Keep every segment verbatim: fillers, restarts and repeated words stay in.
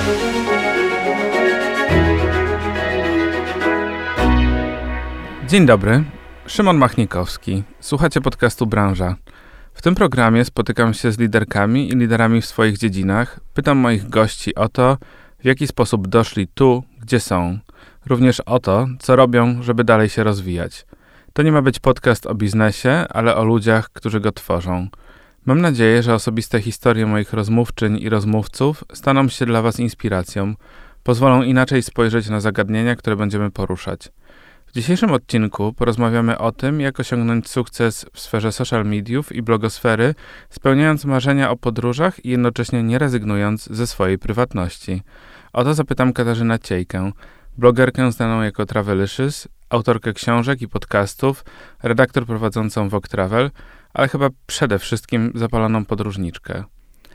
Dzień dobry, Szymon Machnikowski. Słuchacie podcastu Branża. W tym programie spotykam się z liderkami i liderami w swoich dziedzinach. Pytam moich gości o to, w jaki sposób doszli tu, gdzie są. Również o to, co robią, żeby dalej się rozwijać. To nie ma być podcast o biznesie, ale o ludziach, którzy go tworzą. Mam nadzieję, że osobiste historie moich rozmówczyń i rozmówców staną się dla Was inspiracją, pozwolą inaczej spojrzeć na zagadnienia, które będziemy poruszać. W dzisiejszym odcinku porozmawiamy o tym, jak osiągnąć sukces w sferze social mediów i blogosfery, spełniając marzenia o podróżach i jednocześnie nie rezygnując ze swojej prywatności. O to zapytam Katarzynę Ciejkę, blogerkę znaną jako Travelicious, autorkę książek i podcastów, redaktor prowadzącą Vogue Travel, ale chyba przede wszystkim zapaloną podróżniczkę.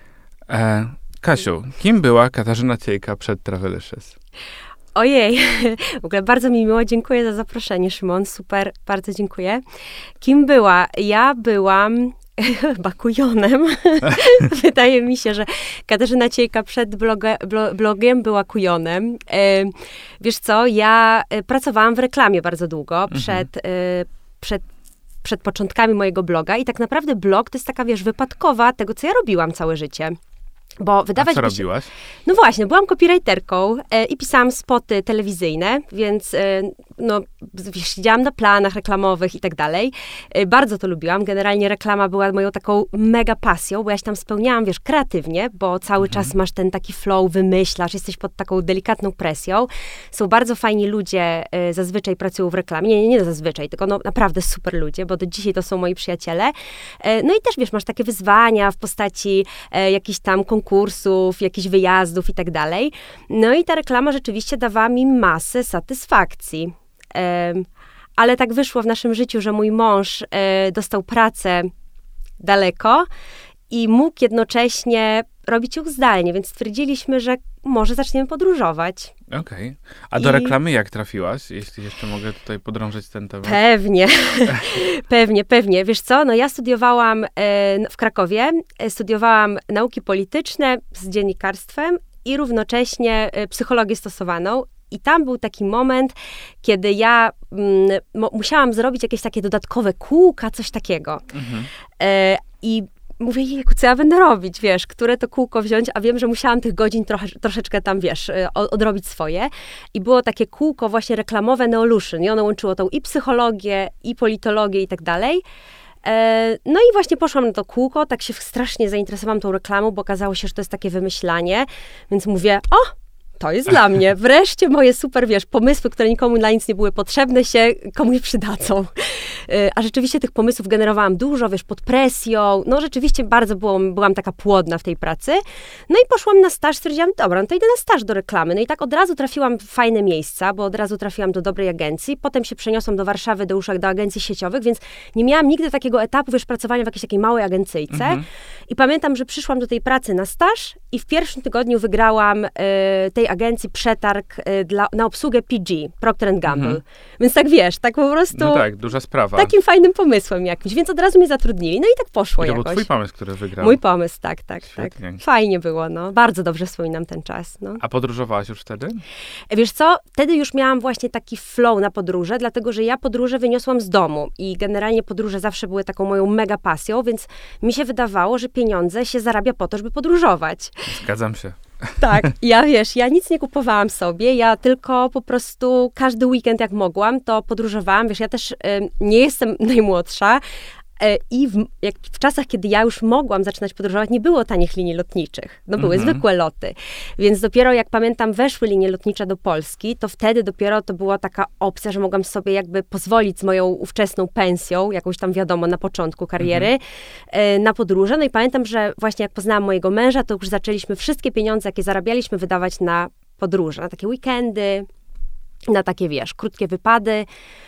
E, Kasiu, kim była Katarzyna Ciejka przed Travelicious? Ojej, w ogóle bardzo mi miło, dziękuję za zaproszenie, Szymon, super, bardzo dziękuję. Kim była? Ja byłam chyba kujonem. Wydaje mi się, że Katarzyna Ciejka przed bloga, blo, blogiem była kujonem. E, wiesz co, ja pracowałam w reklamie bardzo długo, mhm. przed, e, przed przed początkami mojego bloga i tak naprawdę blog to jest taka, wiesz, wypadkowa tego, co ja robiłam całe życie. Bo wydawać A co by się... robiłaś? No właśnie, byłam copywriterką e, i pisałam spoty telewizyjne, więc e, no, wiesz, siedziałam na planach reklamowych i tak dalej. E, bardzo to lubiłam. Generalnie reklama była moją taką mega pasją, bo ja się tam spełniałam, wiesz, kreatywnie, bo cały mhm. czas masz ten taki flow, wymyślasz, jesteś pod taką delikatną presją. Są bardzo fajni ludzie, e, zazwyczaj pracują w reklamie. Nie, nie, nie zazwyczaj, tylko no, naprawdę super ludzie, bo do dzisiaj to są moi przyjaciele. E, no i też, wiesz, masz takie wyzwania w postaci e, jakichś tam konkursów, jakichś wyjazdów i tak dalej. No i ta reklama rzeczywiście dawała mi masę satysfakcji. Um, ale tak wyszło w naszym życiu, że mój mąż e, dostał pracę daleko i mógł jednocześnie robić ją zdalnie, więc stwierdziliśmy, że może zaczniemy podróżować. Okej. Okay. A do I... reklamy jak trafiłaś? Jeśli jeszcze mogę tutaj podrążyć ten temat. Pewnie. pewnie, pewnie. Wiesz co, no ja studiowałam e, w Krakowie, e, studiowałam nauki polityczne z dziennikarstwem i równocześnie e, psychologię stosowaną. I tam był taki moment, kiedy ja mm, mo, musiałam zrobić jakieś takie dodatkowe kółka, coś takiego. Mhm. E, I mówię, jejku, co ja będę robić, wiesz, które to kółko wziąć, a wiem, że musiałam tych godzin trochę, troszeczkę tam, wiesz, odrobić swoje. I było takie kółko właśnie reklamowe Neolution i ono łączyło tą i psychologię, i politologię i tak dalej. No i właśnie poszłam na to kółko, tak się strasznie zainteresowałam tą reklamą, bo okazało się, że to jest takie wymyślanie, więc mówię, o! To jest dla mnie. Wreszcie moje super, wiesz, pomysły, które nikomu na nic nie były potrzebne, się komuś przydadzą. A rzeczywiście tych pomysłów generowałam dużo, wiesz, pod presją. No rzeczywiście bardzo było, byłam taka płodna w tej pracy. No i poszłam na staż, stwierdziłam, dobra, no to idę na staż do reklamy. No i tak od razu trafiłam w fajne miejsca, bo od razu trafiłam do dobrej agencji. Potem się przeniosłam do Warszawy, do Uszach, do agencji sieciowych, więc nie miałam nigdy takiego etapu, wiesz, pracowania w jakiejś takiej małej agencyjce. Mhm. I pamiętam, że przyszłam do tej pracy na staż i w pierwszym tygodniu wygrałam y, tej agencji przetarg y, dla, na obsługę P G, Procter and Gamble. Mhm. Więc tak wiesz, tak po prostu... No tak, duża sprawa. Takim fajnym pomysłem jakimś, więc od razu mnie zatrudnili. No i tak poszło I to jakoś. był twój pomysł, który wygrał. Mój pomysł, tak, tak, Świetnie. tak. Fajnie było, no. Bardzo dobrze wspominam ten czas, no. A podróżowałaś już wtedy? Wiesz co, wtedy już miałam właśnie taki flow na podróże, dlatego, że ja podróże wyniosłam z domu i generalnie podróże zawsze były taką moją mega pasją, więc mi się wydawało, że pieniądze się zarabia po to, żeby podróżować. Zgadzam się. Tak, ja wiesz, ja nic nie kupowałam sobie, ja tylko po prostu każdy weekend jak mogłam, to podróżowałam, wiesz, ja też y, nie jestem najmłodsza, I w, jak w czasach, kiedy ja już mogłam zaczynać podróżować, nie było tanich linii lotniczych. No były mhm. zwykłe loty. Więc dopiero, jak pamiętam, weszły linie lotnicze do Polski, to wtedy dopiero to była taka opcja, że mogłam sobie jakby pozwolić z moją ówczesną pensją, jakąś tam wiadomo, na początku kariery, mhm. na podróże. No i pamiętam, że właśnie jak poznałam mojego męża, to już zaczęliśmy wszystkie pieniądze, jakie zarabialiśmy, wydawać na podróże, na takie weekendy, na takie, wiesz, krótkie wypady.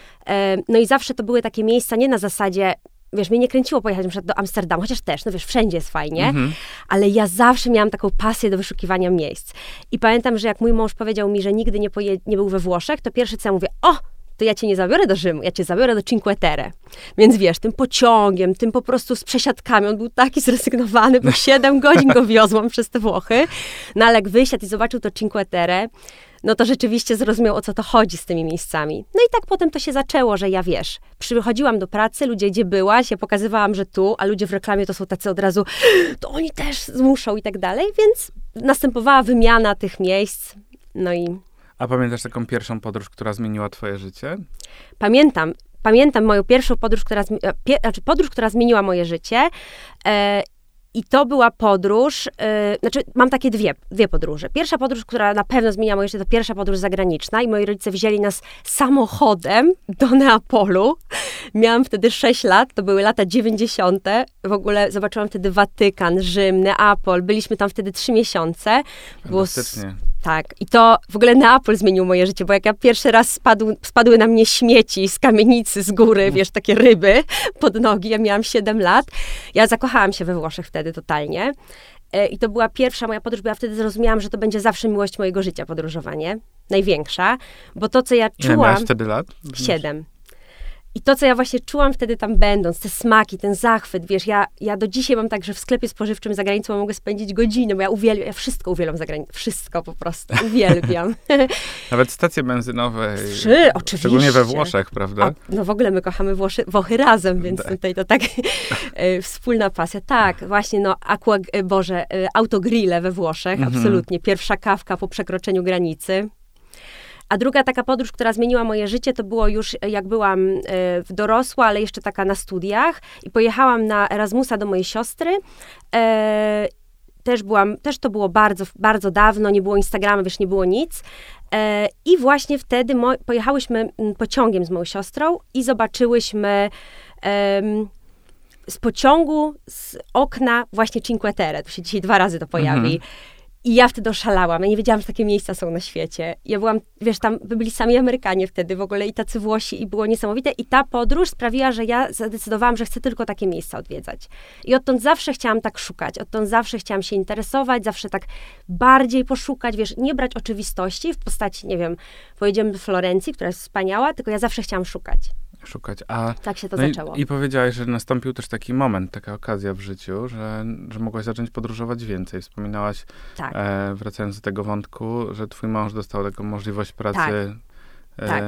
No i zawsze to były takie miejsca nie na zasadzie, wiesz, mnie nie kręciło pojechać na przykład do Amsterdamu, chociaż też, no wiesz, wszędzie jest fajnie, mhm. ale ja zawsze miałam taką pasję do wyszukiwania miejsc. I pamiętam, że jak mój mąż powiedział mi, że nigdy nie, poje- nie był we Włoszech, to pierwsze co ja mówię, o, to ja cię nie zabiorę do Rzymu, ja cię zabiorę do Cinque Terre. Więc wiesz, tym pociągiem, tym po prostu z przesiadkami, on był taki zresygnowany, bo siedem godzin go wiozłam przez te Włochy. No ale jak wysiadł i zobaczył to Cinque Terre, no to rzeczywiście zrozumiał, o co to chodzi z tymi miejscami. No i tak potem to się zaczęło, że ja, wiesz, przychodziłam do pracy, ludzie, gdzie byłaś, ja pokazywałam, że tu, a ludzie w reklamie to są tacy od razu, to oni też muszą i tak dalej, więc następowała wymiana tych miejsc, no i... A pamiętasz taką pierwszą podróż, która zmieniła twoje życie? Pamiętam. Pamiętam moją pierwszą podróż, która, zmi- pie- znaczy podróż, która zmieniła moje życie. E- I to była podróż, yy, znaczy mam takie dwie, dwie podróże. Pierwsza podróż, która na pewno zmieniła moje życie, to pierwsza podróż zagraniczna i moi rodzice wzięli nas samochodem do Neapolu. Miałam wtedy sześć lat, to były lata dziewięćdziesiąte. W ogóle zobaczyłam wtedy Watykan, Rzym, Neapol. Byliśmy tam wtedy trzy miesiące. Było Fantastycznie. Tak. I to w ogóle Neapol zmienił moje życie, bo jak ja pierwszy raz spadł, spadły na mnie śmieci z kamienicy, z góry, wiesz, takie ryby pod nogi. Ja miałam siedem lat. Ja zakochałam się we Włoszech wtedy totalnie. I to była pierwsza moja podróż, bo ja wtedy zrozumiałam, że to będzie zawsze miłość mojego życia, podróżowanie. Największa. Bo to, co ja czułam... Ile miałaś wtedy lat? Siedem. I to, co ja właśnie czułam wtedy tam będąc, te smaki, ten zachwyt, wiesz, ja, ja do dzisiaj mam tak, że w sklepie spożywczym za granicą mogę spędzić godzinę, bo ja uwielbiam, ja wszystko uwielbiam za granicą, wszystko po prostu, uwielbiam. Nawet stacje benzynowe. Trzy, oczywiście. Szczególnie we Włoszech, prawda? A, no w ogóle my kochamy Włochy, Włochy razem, więc tak. Tutaj to tak e, wspólna pasja. Tak, właśnie, no, aqua, e, Boże, e, autogrille we Włoszech, mhm. absolutnie. Pierwsza kawka po przekroczeniu granicy. A druga taka podróż, która zmieniła moje życie, to było już jak byłam y, dorosła, ale jeszcze taka na studiach i pojechałam na Erasmusa do mojej siostry. E, też byłam, też to było bardzo, bardzo dawno, nie było Instagrama, wiesz, nie było nic. E, I właśnie wtedy mo- pojechałyśmy pociągiem z moją siostrą i zobaczyłyśmy e, z pociągu, z okna właśnie Cinque Terre. Tu się dzisiaj dwa razy to pojawi. Mhm. I ja wtedy oszalałam. Ja nie wiedziałam, że takie miejsca są na świecie. Ja byłam, wiesz, tam byli sami Amerykanie wtedy w ogóle i tacy Włosi i było niesamowite. I ta podróż sprawiła, że ja zadecydowałam, że chcę tylko takie miejsca odwiedzać. I odtąd zawsze chciałam tak szukać. Odtąd zawsze chciałam się interesować, zawsze tak bardziej poszukać, wiesz, nie brać oczywistości w postaci, nie wiem, pojedziemy do Florencji, która jest wspaniała, tylko ja zawsze chciałam szukać. Szukać. A, tak się to no zaczęło. I, I powiedziałaś, że nastąpił też taki moment, taka okazja w życiu, że, że mogłaś zacząć podróżować więcej. Wspominałaś, tak. e, wracając do tego wątku, że twój mąż dostał taką możliwość pracy. Tak. E, tak.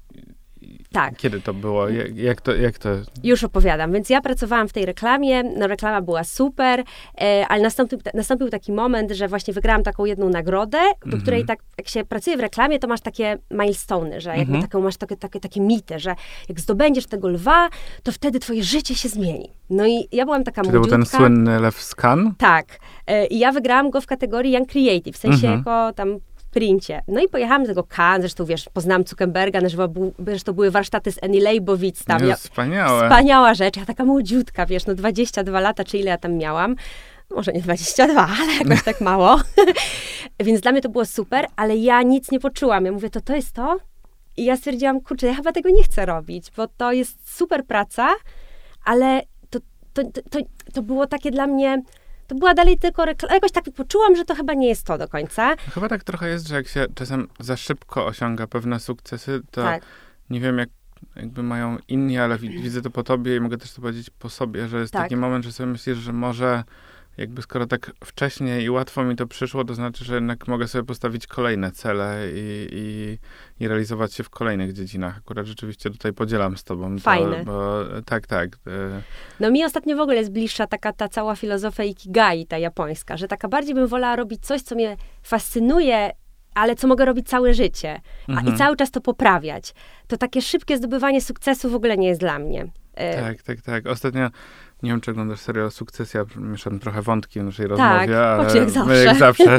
Tak. Kiedy to było? Jak, jak, to, jak to? Już opowiadam. Więc ja pracowałam w tej reklamie, no reklama była super, e, ale nastąpił, nastąpił taki moment, że właśnie wygrałam taką jedną nagrodę, do mm-hmm. której tak, jak się pracuje w reklamie, to masz takie milestone'y, że jakby mm-hmm. taką, masz takie, takie, takie mity, że jak zdobędziesz tego lwa, to wtedy twoje życie się zmieni. No i ja byłam taka młodziutka. Czy to był ten słynny lew z Cannes? Tak. E, I ja wygrałam go w kategorii Young Creative, w sensie mm-hmm. jako tam sprincie. No i pojechałam do tego Cannes, zresztą wiesz, poznałam Zuckerberga, zresztą były warsztaty z Annie Leibovitz tam. Ja, wspaniałe. Wspaniała rzecz. Ja taka młodziutka, wiesz, no dwadzieścia dwa lata, czy ile ja tam miałam. Może nie dwadzieścia dwa, ale jakoś tak mało. Więc dla mnie to było super, ale ja nic nie poczułam. Ja mówię, to to jest to? I ja stwierdziłam, kurczę, ja chyba tego nie chcę robić, bo to jest super praca, ale to, to, to, to, to było takie dla mnie... To była dalej tylko reklama. Jakoś tak poczułam, że to chyba nie jest to do końca. Chyba tak trochę jest, że jak się czasem za szybko osiąga pewne sukcesy, to tak. nie wiem, jak jakby mają inni, ale widzę to po tobie i mogę też to powiedzieć po sobie, że jest tak. taki moment, że sobie myślisz, że może jakby skoro tak wcześnie i łatwo mi to przyszło, to znaczy, że jednak mogę sobie postawić kolejne cele i, i, i realizować się w kolejnych dziedzinach. Akurat rzeczywiście tutaj podzielam z tobą. Fajne. To, bo, tak, tak. No mi ostatnio w ogóle jest bliższa taka ta cała filozofia ikigai, ta japońska, że taka bardziej bym wolała robić coś, co mnie fascynuje, ale co mogę robić całe życie. A, mhm. I cały czas to poprawiać. To takie szybkie zdobywanie sukcesu w ogóle nie jest dla mnie. Tak, tak, tak. Ostatnio nie wiem, czy oglądasz serial Sukcesja, mieszam trochę wątki w naszej tak, rozmowie, ale jak zawsze. jak zawsze.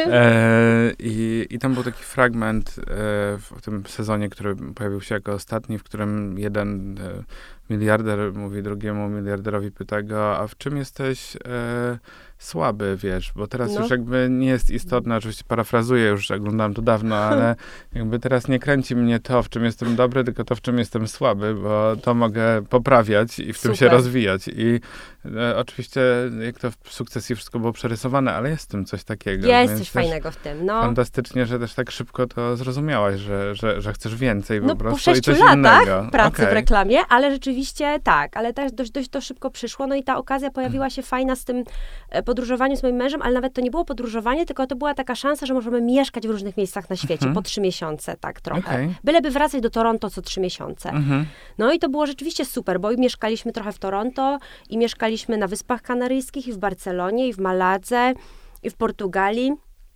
E, i, I tam był taki fragment e, w tym sezonie, który pojawił się jako ostatni, w którym jeden e, miliarder mówi drugiemu miliarderowi, pyta go, a w czym jesteś e, słaby, wiesz, bo teraz No. już jakby nie jest istotne, oczywiście parafrazuję, już oglądam to dawno, ale jakby teraz nie kręci mnie to, w czym jestem dobry, tylko to, w czym jestem słaby, bo to mogę poprawiać i w tym się Super. rozwijać. I e, oczywiście jak to w sukcesji wszystko było przerysowane, ale jest w tym coś takiego. Jest więc coś też fajnego w tym, no. Fantastycznie, że też tak szybko to zrozumiałaś, że, że, że chcesz więcej po No prostu po sześciu i coś latach innego. pracy Okej. w reklamie, ale rzeczywiście tak, ale też dość, dość to szybko przyszło, no i ta okazja pojawiła się fajna z tym e, podróżowaniem z moim mężem, ale nawet to nie było podróżowanie, tylko to była taka szansa, że możemy mieszkać w różnych miejscach na świecie, Mhm. po trzy miesiące, tak trochę. Okej. Byleby wracać do Toronto co trzy miesiące. Mhm. No i to było rzeczywiście super, bo i mieszkaliśmy trochę w Toronto, i mieszkaliśmy na Wyspach Kanaryjskich, i w Barcelonie, i w Maladze, i w Portugalii.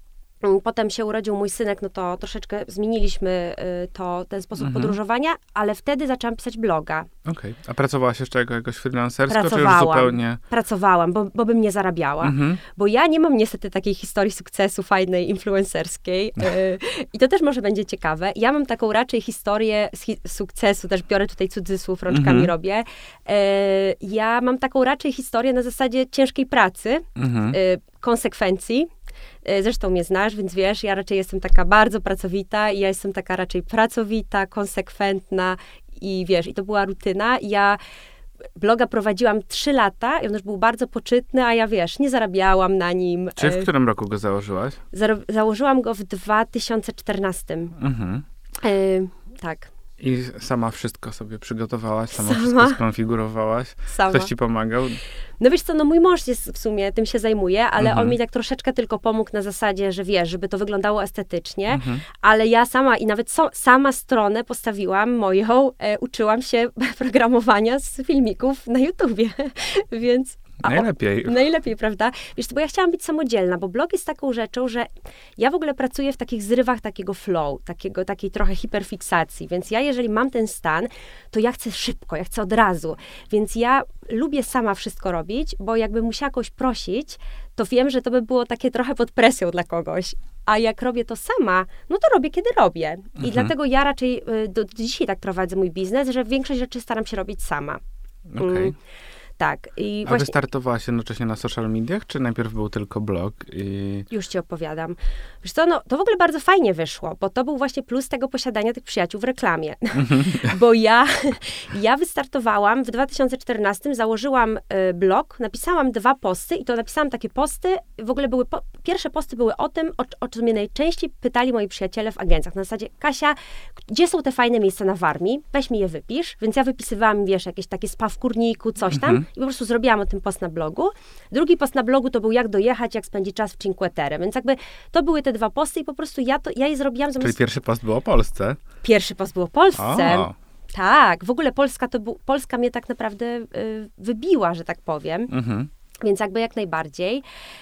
Mm, Potem się urodził mój synek, no to troszeczkę zmieniliśmy y, to, ten sposób Mhm. podróżowania, ale wtedy zaczęłam pisać bloga. Okej. A pracowałaś jeszcze jako jakoś freelancersko, czy już Pracowałam. zupełnie... Pracowałam, bo, bo bym nie zarabiała. Mhm. Bo ja nie mam niestety takiej historii sukcesu fajnej, influencerskiej. y, I to też może będzie ciekawe. Ja mam taką raczej historię z hi- sukcesu, też biorę tutaj cudzysłów, rączkami Mhm. robię. Y, ja mam taką raczej historię na zasadzie ciężkiej pracy, Mhm. y, konsekwencji. Y, Zresztą mnie znasz, więc wiesz, ja raczej jestem taka bardzo pracowita i ja jestem taka raczej pracowita, konsekwentna i wiesz, i to była rutyna. Ja bloga prowadziłam trzy lata i on już był bardzo poczytny, a ja wiesz, nie zarabiałam na nim. Czy w Y, którym roku go założyłaś? zaro- Założyłam go w dwa tysiące czternastym. Mhm. Y, tak, I sama wszystko sobie przygotowałaś, sama, Sama. wszystko skonfigurowałaś. sama. Ktoś ci pomagał? No wiesz co, no mój mąż jest w sumie, tym się zajmuje, ale Mhm. on mi tak troszeczkę tylko pomógł na zasadzie, że wiesz, żeby to wyglądało estetycznie, Mhm. ale ja sama i nawet so, sama stronę postawiłam moją, e, uczyłam się programowania z filmików na YouTubie, więc... a o- Najlepiej. Najlepiej, prawda? Wiesz co, bo ja chciałam być samodzielna, bo blog jest taką rzeczą, że ja w ogóle pracuję w takich zrywach takiego flow, takiego, takiej trochę hiperfiksacji, więc ja jeżeli mam ten stan, to ja chcę szybko, ja chcę od razu, więc ja lubię sama wszystko robić, bo jakby musiała kogoś prosić, to wiem, że to by było takie trochę pod presją dla kogoś. A jak robię to sama, no to robię, kiedy robię. I Mhm. dlatego ja raczej y, do, do dzisiaj tak prowadzę mój biznes, że większość rzeczy staram się robić sama. Okej. Mm, Tak. I A właśnie wystartowałaś jednocześnie na social mediach, czy najpierw był tylko blog? I... już ci opowiadam. Wiesz co, no, to w ogóle bardzo fajnie wyszło, bo to był właśnie plus tego posiadania tych przyjaciół w reklamie. Bo ja, ja wystartowałam w dwa tysiące czternastym, założyłam y, blog, napisałam dwa posty i to napisałam takie posty, w ogóle były, po, pierwsze posty były o tym, o, o czym mnie najczęściej pytali moi przyjaciele w agencjach. Na zasadzie, Kasia, gdzie są te fajne miejsca na Warmii? Weź mi je wypisz. Więc ja wypisywałam, wiesz, jakieś takie spa w Kurniku, coś tam. Mhm. I po prostu zrobiłam o tym post na blogu. Drugi post na blogu to był jak dojechać, jak spędzić czas w Cinque Terre. Więc jakby to były te dwa posty i po prostu ja, to, ja je zrobiłam Czyli zamiast... pierwszy post był o Polsce. Pierwszy post był o Polsce. O. Tak, w ogóle Polska to był, Polska mnie tak naprawdę y, wybiła, że tak powiem. Mhm. Więc jakby jak najbardziej.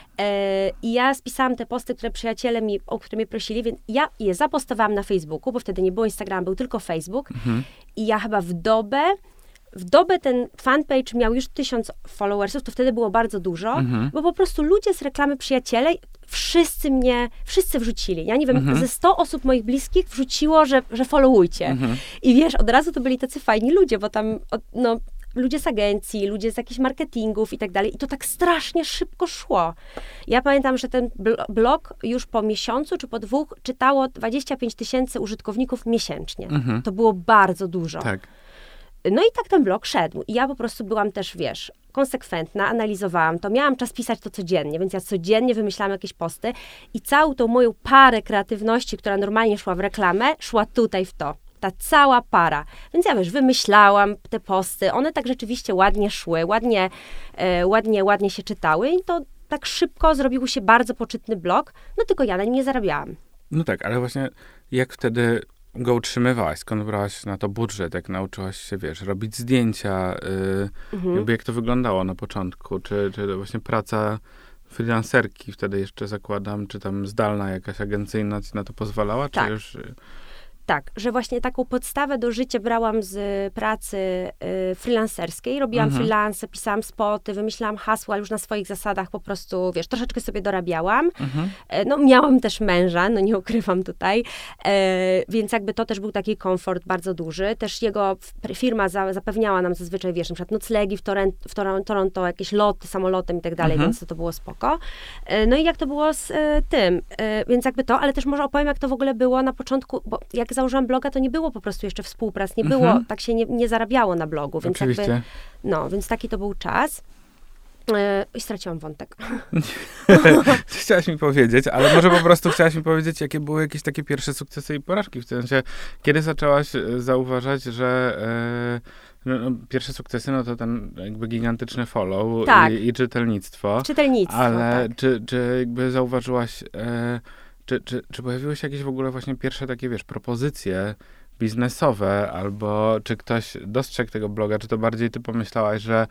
E, I ja spisałam te posty, które przyjaciele mi, o które mnie prosili, więc ja je zapostowałam na Facebooku, bo wtedy nie było Instagrama, był tylko Facebook. Mhm. I ja chyba w dobę, w dobę ten fanpage miał już tysiąc followersów, to wtedy było bardzo dużo, Mhm. bo po prostu ludzie z reklamy przyjaciele, wszyscy mnie, wszyscy wrzucili. Ja nie wiem, Mhm. ze sto osób moich bliskich wrzuciło, że, że followujcie. Mhm. I wiesz, od razu to byli tacy fajni ludzie, bo tam, od- no, ludzie z agencji, ludzie z jakichś marketingów i tak dalej. I to tak strasznie szybko szło. Ja pamiętam, że ten bl- blog już po miesiącu czy po dwóch czytało dwadzieścia pięć tysięcy użytkowników miesięcznie. Mhm. To było bardzo dużo. Tak. No i tak ten blog szedł. I ja po prostu byłam też, wiesz, konsekwentna, analizowałam to. Miałam czas pisać to codziennie, więc ja codziennie wymyślałam jakieś posty i całą tą moją parę kreatywności, która normalnie szła w reklamę, szła tutaj w to. Ta cała para. Więc ja wiesz, wymyślałam te posty, one tak rzeczywiście ładnie szły, ładnie, e, ładnie, ładnie się czytały i to tak szybko zrobił się bardzo poczytny blog, no tylko ja na nim nie zarabiałam. No tak, ale właśnie jak wtedy go utrzymywałaś? Skąd brałaś na to budżet? Jak nauczyłaś się, wiesz, robić zdjęcia? Yy, Mhm. jakby jak to wyglądało na początku? Czy, czy to właśnie praca freelancerki wtedy jeszcze zakładam, czy tam zdalna jakaś agencyjna ci na to pozwalała? Czy Tak. już... y, tak, że właśnie taką podstawę do życia brałam z pracy y, freelancerskiej. Robiłam mhm. freelance, pisałam spoty, wymyślałam hasła już na swoich zasadach, po prostu, wiesz, troszeczkę sobie dorabiałam. Mhm. E, no, miałam też męża, no nie ukrywam tutaj, e, więc jakby to też był taki komfort bardzo duży. Też jego firma za, zapewniała nam zazwyczaj, wiesz, na przykład noclegi w, Toren, w Toron, Toronto, jakieś loty samolotem i tak dalej, mhm. więc to, to było spoko. E, no i jak to było z e, tym, e, więc jakby to, ale też może opowiem, jak to w ogóle było na początku, bo jak założyłam bloga, to nie było po prostu jeszcze współprac, nie było, mhm. tak się nie, nie zarabiało na blogu, więc Oczywiście. jakby, no, więc taki to był czas. I straciłam wątek. Chciałaś mi powiedzieć, ale może po prostu chciałaś mi powiedzieć, jakie były jakieś takie pierwsze sukcesy i porażki, w sensie, kiedy zaczęłaś zauważać, że e, no, pierwsze sukcesy, no to ten jakby gigantyczny follow tak. i, i czytelnictwo. Czytelnictwo, ale tak. czy, czy jakby zauważyłaś, e, czy, czy, czy pojawiły się jakieś w ogóle właśnie pierwsze takie, wiesz, propozycje biznesowe, albo czy ktoś dostrzegł tego bloga, czy to bardziej ty pomyślałaś, że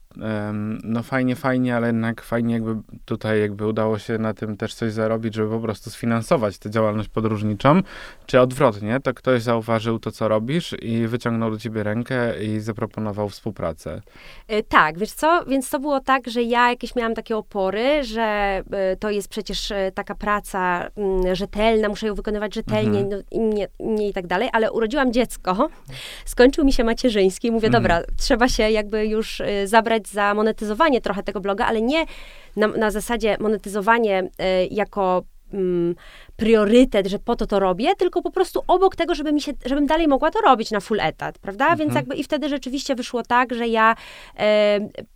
no fajnie, fajnie, ale jednak fajnie jakby tutaj jakby udało się na tym też coś zarobić, żeby po prostu sfinansować tę działalność podróżniczą, czy odwrotnie, to ktoś zauważył to, co robisz i wyciągnął do ciebie rękę i zaproponował współpracę. Yy, tak, wiesz co, więc to było tak, że ja jakieś miałam takie opory, że yy, to jest przecież yy, taka praca yy, rzetelna, muszę ją wykonywać rzetelnie mhm. no, i, nie, nie i tak dalej, ale urodziłam dziecko, skończył mi się macierzyński i mówię, mhm. dobra, trzeba się jakby już yy, zabrać za monetyzowanie trochę tego bloga, ale nie na, na zasadzie monetyzowanie y, jako mm, priorytet, że po to to robię, tylko po prostu obok tego, żeby mi się, żebym dalej mogła to robić na full etat, prawda? Mhm. Więc jakby i wtedy rzeczywiście wyszło tak, że ja e,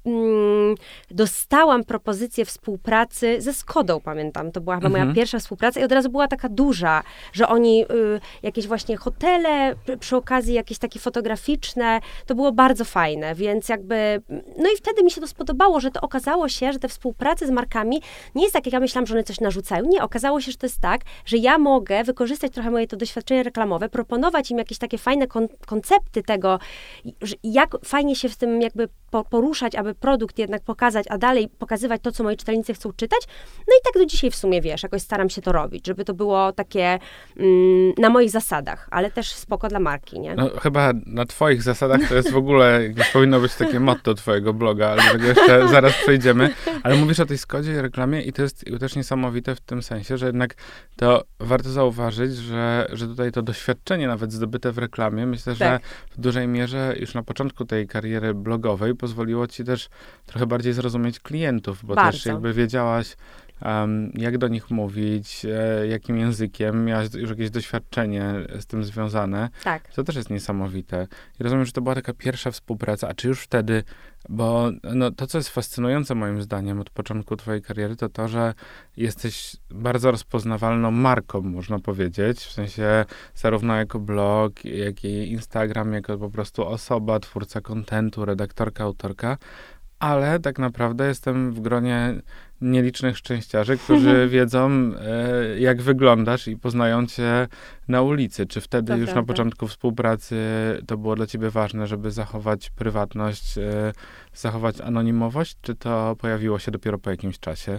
mm, dostałam propozycję współpracy ze Skodą, pamiętam. To była chyba mhm. moja pierwsza współpraca i od razu była taka duża, że oni y, jakieś właśnie hotele, przy, przy okazji jakieś takie fotograficzne, to było bardzo fajne, więc jakby, no i wtedy mi się to spodobało, że to okazało się, że te współprace z markami nie jest tak, jak ja myślałam, że one coś narzucają. Nie, okazało się, że to jest tak, że ja mogę wykorzystać trochę moje to doświadczenie reklamowe, proponować im jakieś takie fajne kon- koncepty tego, jak fajnie się w tym jakby po- poruszać, aby produkt jednak pokazać, a dalej pokazywać to, co moi czytelnicy chcą czytać. No i tak do dzisiaj w sumie, wiesz, jakoś staram się to robić, żeby to było takie mm, na moich zasadach, ale też spoko dla marki, nie? No chyba na twoich zasadach to jest w ogóle, jakieś powinno być takie motto twojego bloga, ale do tego jeszcze zaraz przejdziemy. Ale mówisz o tej Skodzie i reklamie i to jest też niesamowite w tym sensie, że jednak to warto zauważyć, że, że tutaj to doświadczenie nawet zdobyte w reklamie, myślę, tak. że w dużej mierze już na początku tej kariery blogowej pozwoliło ci też trochę bardziej zrozumieć klientów, bo Bardzo. też jakby wiedziałaś, um, jak do nich mówić, e, jakim językiem, miałaś już jakieś doświadczenie z tym związane. Tak. To też jest niesamowite. I rozumiem, że to była taka pierwsza współpraca, a czy już wtedy, bo no, to, co jest fascynujące moim zdaniem od początku twojej kariery, to to, że jesteś bardzo rozpoznawalną marką, można powiedzieć, w sensie zarówno jako blog, jak i Instagram, jako po prostu osoba, twórca kontentu, redaktorka, autorka, ale tak naprawdę jestem w gronie nielicznych szczęściarzy, którzy wiedzą, e, jak wyglądasz i poznają cię na ulicy. Czy wtedy to już prawda. Na początku współpracy to było dla ciebie ważne, żeby zachować prywatność, e, zachować anonimowość, czy to pojawiło się dopiero po jakimś czasie?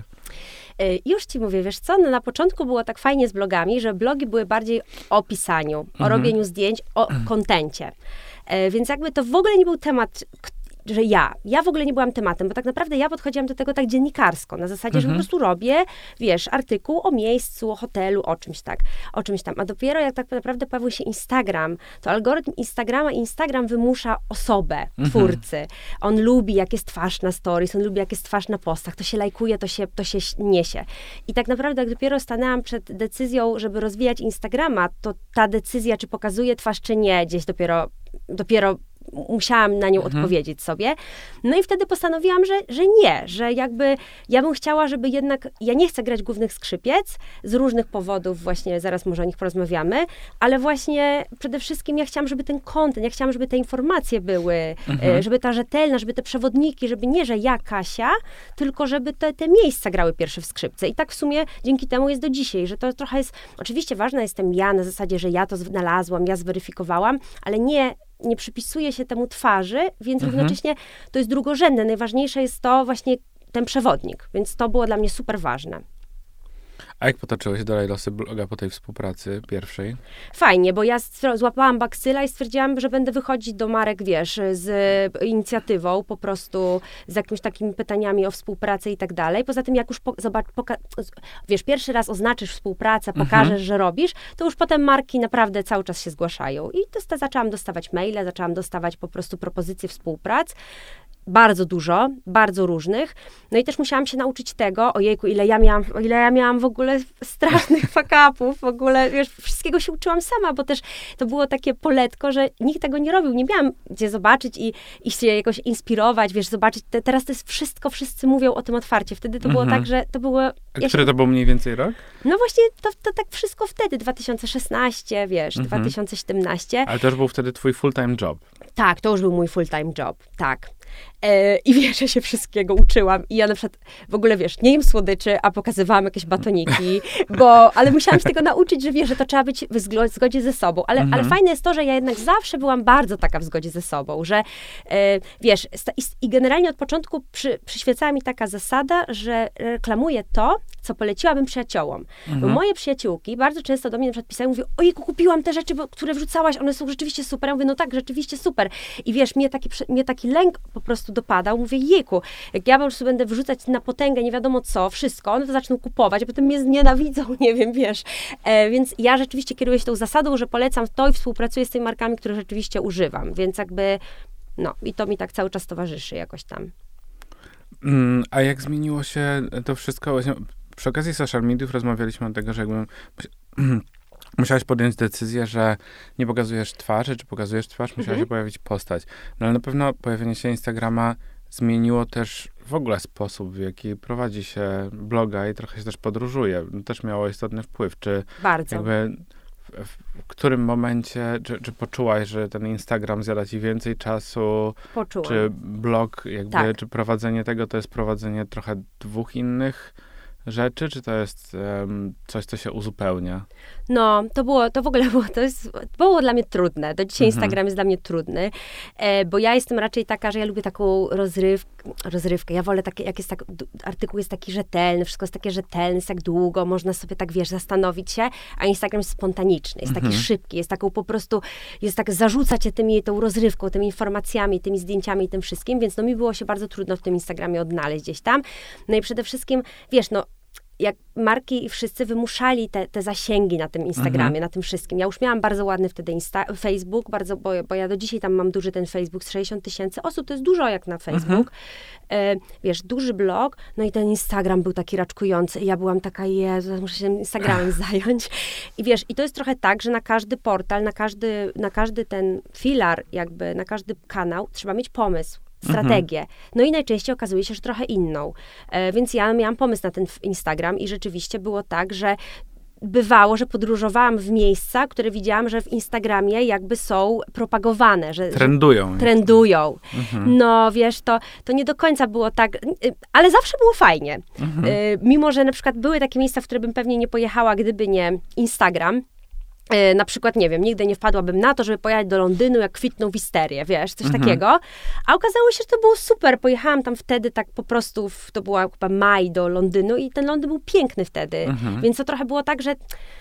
Już ci mówię, wiesz co, no na początku było tak fajnie z blogami, że blogi były bardziej o pisaniu, mhm. o robieniu zdjęć, o kontencie. E, więc jakby to w ogóle nie był temat, że ja, ja w ogóle nie byłam tematem, bo tak naprawdę ja podchodziłam do tego tak dziennikarsko, na zasadzie, mhm. że po prostu robię, wiesz, artykuł o miejscu, o hotelu, o czymś tak, o czymś tam. A dopiero jak tak naprawdę pojawił się Instagram, to algorytm Instagrama, Instagram wymusza osobę, mhm. twórcy. On lubi, jak jest twarz na stories, on lubi, jak jest twarz na postach, to się lajkuje, to się, to się niesie. I tak naprawdę, jak dopiero stanęłam przed decyzją, żeby rozwijać Instagrama, to ta decyzja, czy pokazuje twarz, czy nie, gdzieś dopiero, dopiero musiałam na nią mhm. odpowiedzieć sobie. No i wtedy postanowiłam, że, że nie, że jakby ja bym chciała, żeby jednak, ja nie chcę grać głównych skrzypiec z różnych powodów, właśnie zaraz może o nich porozmawiamy, ale właśnie przede wszystkim ja chciałam, żeby ten content, ja chciałam, żeby te informacje były, mhm. żeby ta rzetelna, żeby te przewodniki, żeby nie, że ja, Kasia, tylko żeby te, te miejsca grały pierwsze w skrzypce. I tak w sumie dzięki temu jest do dzisiaj, że to trochę jest, oczywiście ważna jestem ja, na zasadzie, że ja to znalazłam, ja zweryfikowałam, ale nie nie przypisuje się temu twarzy, więc mhm. równocześnie to jest drugorzędne. Najważniejsze jest to właśnie ten przewodnik, więc to było dla mnie super ważne. A jak potoczyły się dalej losy bloga po tej współpracy pierwszej? Fajnie, bo ja złapałam bakcyla i stwierdziłam, że będę wychodzić do marek, wiesz, z inicjatywą, po prostu z jakimiś takimi pytaniami o współpracę i tak dalej. Poza tym, jak już po, zobacz, poka- wiesz, pierwszy raz oznaczysz współpracę, pokażesz, mhm. że robisz, to już potem marki naprawdę cały czas się zgłaszają. I to zaczęłam dostawać maile, zaczęłam dostawać po prostu propozycje współprac. Bardzo dużo, bardzo różnych. No i też musiałam się nauczyć tego, ojejku, ile ja miałam, ile ja miałam w ogóle strasznych fuck-upów, w ogóle, wiesz, wszystkiego się uczyłam sama, bo też to było takie poletko, że nikt tego nie robił. Nie miałam gdzie zobaczyć i, i się jakoś inspirować, wiesz, zobaczyć. Te, teraz to jest wszystko, wszyscy mówią o tym otwarcie. Wtedy to mhm. było tak, że to było... A ja który się, to był mniej więcej rok? No właśnie, to, to tak wszystko wtedy, dwa tysiące szesnasty, wiesz, mhm. dwa tysiące siedemnasty. Ale to już był wtedy twój full-time job. Tak, to już był mój full-time job, tak. E, I wiesz, ja się wszystkiego uczyłam. I ja na przykład w ogóle, wiesz, nie jem słodyczy, a pokazywałam jakieś batoniki, bo, ale musiałam się tego nauczyć, że wiesz, że to trzeba być w zgodzie ze sobą. Ale, mhm. ale fajne jest to, że ja jednak zawsze byłam bardzo taka w zgodzie ze sobą, że e, wiesz, i, i generalnie od początku przy, przyświecała mi taka zasada, że reklamuję to, co poleciłabym przyjaciołom. Mhm. Bo moje przyjaciółki bardzo często do mnie na przykład pisają, mówią, ojejku, kupiłam te rzeczy, bo, które wrzucałaś, one są rzeczywiście super. Ja mówię, no tak, rzeczywiście super. I wiesz, mnie taki, mnie taki lęk po prostu dopadał. Mówię, jejku, jak ja po prostu będę wrzucać na potęgę nie wiadomo co, wszystko, one to zaczną kupować, a potem mnie znienawidzą, nie wiem, wiesz. E, więc ja rzeczywiście kieruję się tą zasadą, że polecam to i współpracuję z tymi markami, które rzeczywiście używam. Więc jakby, no, i to mi tak cały czas towarzyszy jakoś tam. Mm, a jak zmieniło się to wszystko? Właśnie przy okazji social mediów rozmawialiśmy o tego, że jakbym... Musiałaś podjąć decyzję, że nie pokazujesz twarzy, czy pokazujesz twarz, musiała mhm. się pojawić postać. No ale na pewno pojawienie się Instagrama zmieniło też w ogóle sposób, w jaki prowadzi się bloga i trochę się też podróżuje. Też miało istotny wpływ. Czy Bardzo. Jakby w, w którym momencie, czy, czy poczułaś, że ten Instagram zjada ci więcej czasu? Poczułam. Czy blog, jakby, tak. czy prowadzenie tego to jest prowadzenie trochę dwóch innych rzeczy, czy to jest um, coś, co się uzupełnia? No, to było, to w ogóle było, to jest, było dla mnie trudne. Do dzisiaj mhm. Instagram jest dla mnie trudny, e, bo ja jestem raczej taka, że ja lubię taką rozryw, rozrywkę. Ja wolę takie, jak jest tak, artykuł jest taki rzetelny, wszystko jest takie rzetelne, jest tak długo, można sobie tak, wiesz, zastanowić się, a Instagram jest spontaniczny, jest mhm. taki szybki, jest taką po prostu, jest tak, zarzuca cię tymi, tą rozrywką, tymi informacjami, tymi zdjęciami i tym wszystkim, więc no mi było się bardzo trudno w tym Instagramie odnaleźć gdzieś tam. No i przede wszystkim, wiesz, no, jak marki i wszyscy wymuszali te, te zasięgi na tym Instagramie, mhm. na tym wszystkim. Ja już miałam bardzo ładny wtedy Insta- Facebook, bardzo, bo, bo ja do dzisiaj tam mam duży ten Facebook, z sześćdziesiąt tysięcy osób, to jest dużo jak na Facebook. Mhm. E, wiesz, duży blog, no i ten Instagram był taki raczkujący i ja byłam taka, Jezu, muszę się Instagramem zająć. I wiesz, i to jest trochę tak, że na każdy portal, na każdy, na każdy ten filar, jakby, na każdy kanał trzeba mieć pomysł. Strategię. No i najczęściej okazuje się, że trochę inną. E, więc ja miałam pomysł na ten Instagram i rzeczywiście było tak, że bywało, że podróżowałam w miejsca, które widziałam, że w Instagramie jakby są propagowane. Że, trendują. Że trendują. Mhm. No wiesz, to, to nie do końca było tak, ale zawsze było fajnie. Mhm. E, mimo, że na przykład były takie miejsca, w które bym pewnie nie pojechała, gdyby nie Instagram. Yy, na przykład, nie wiem, nigdy nie wpadłabym na to, żeby pojechać do Londynu, jak kwitną wisterię, wiesz, coś mhm. takiego. A okazało się, że to było super. Pojechałam tam wtedy tak po prostu, w, to była chyba maj do Londynu i ten Londyn był piękny wtedy. Mhm. Więc to trochę było tak, że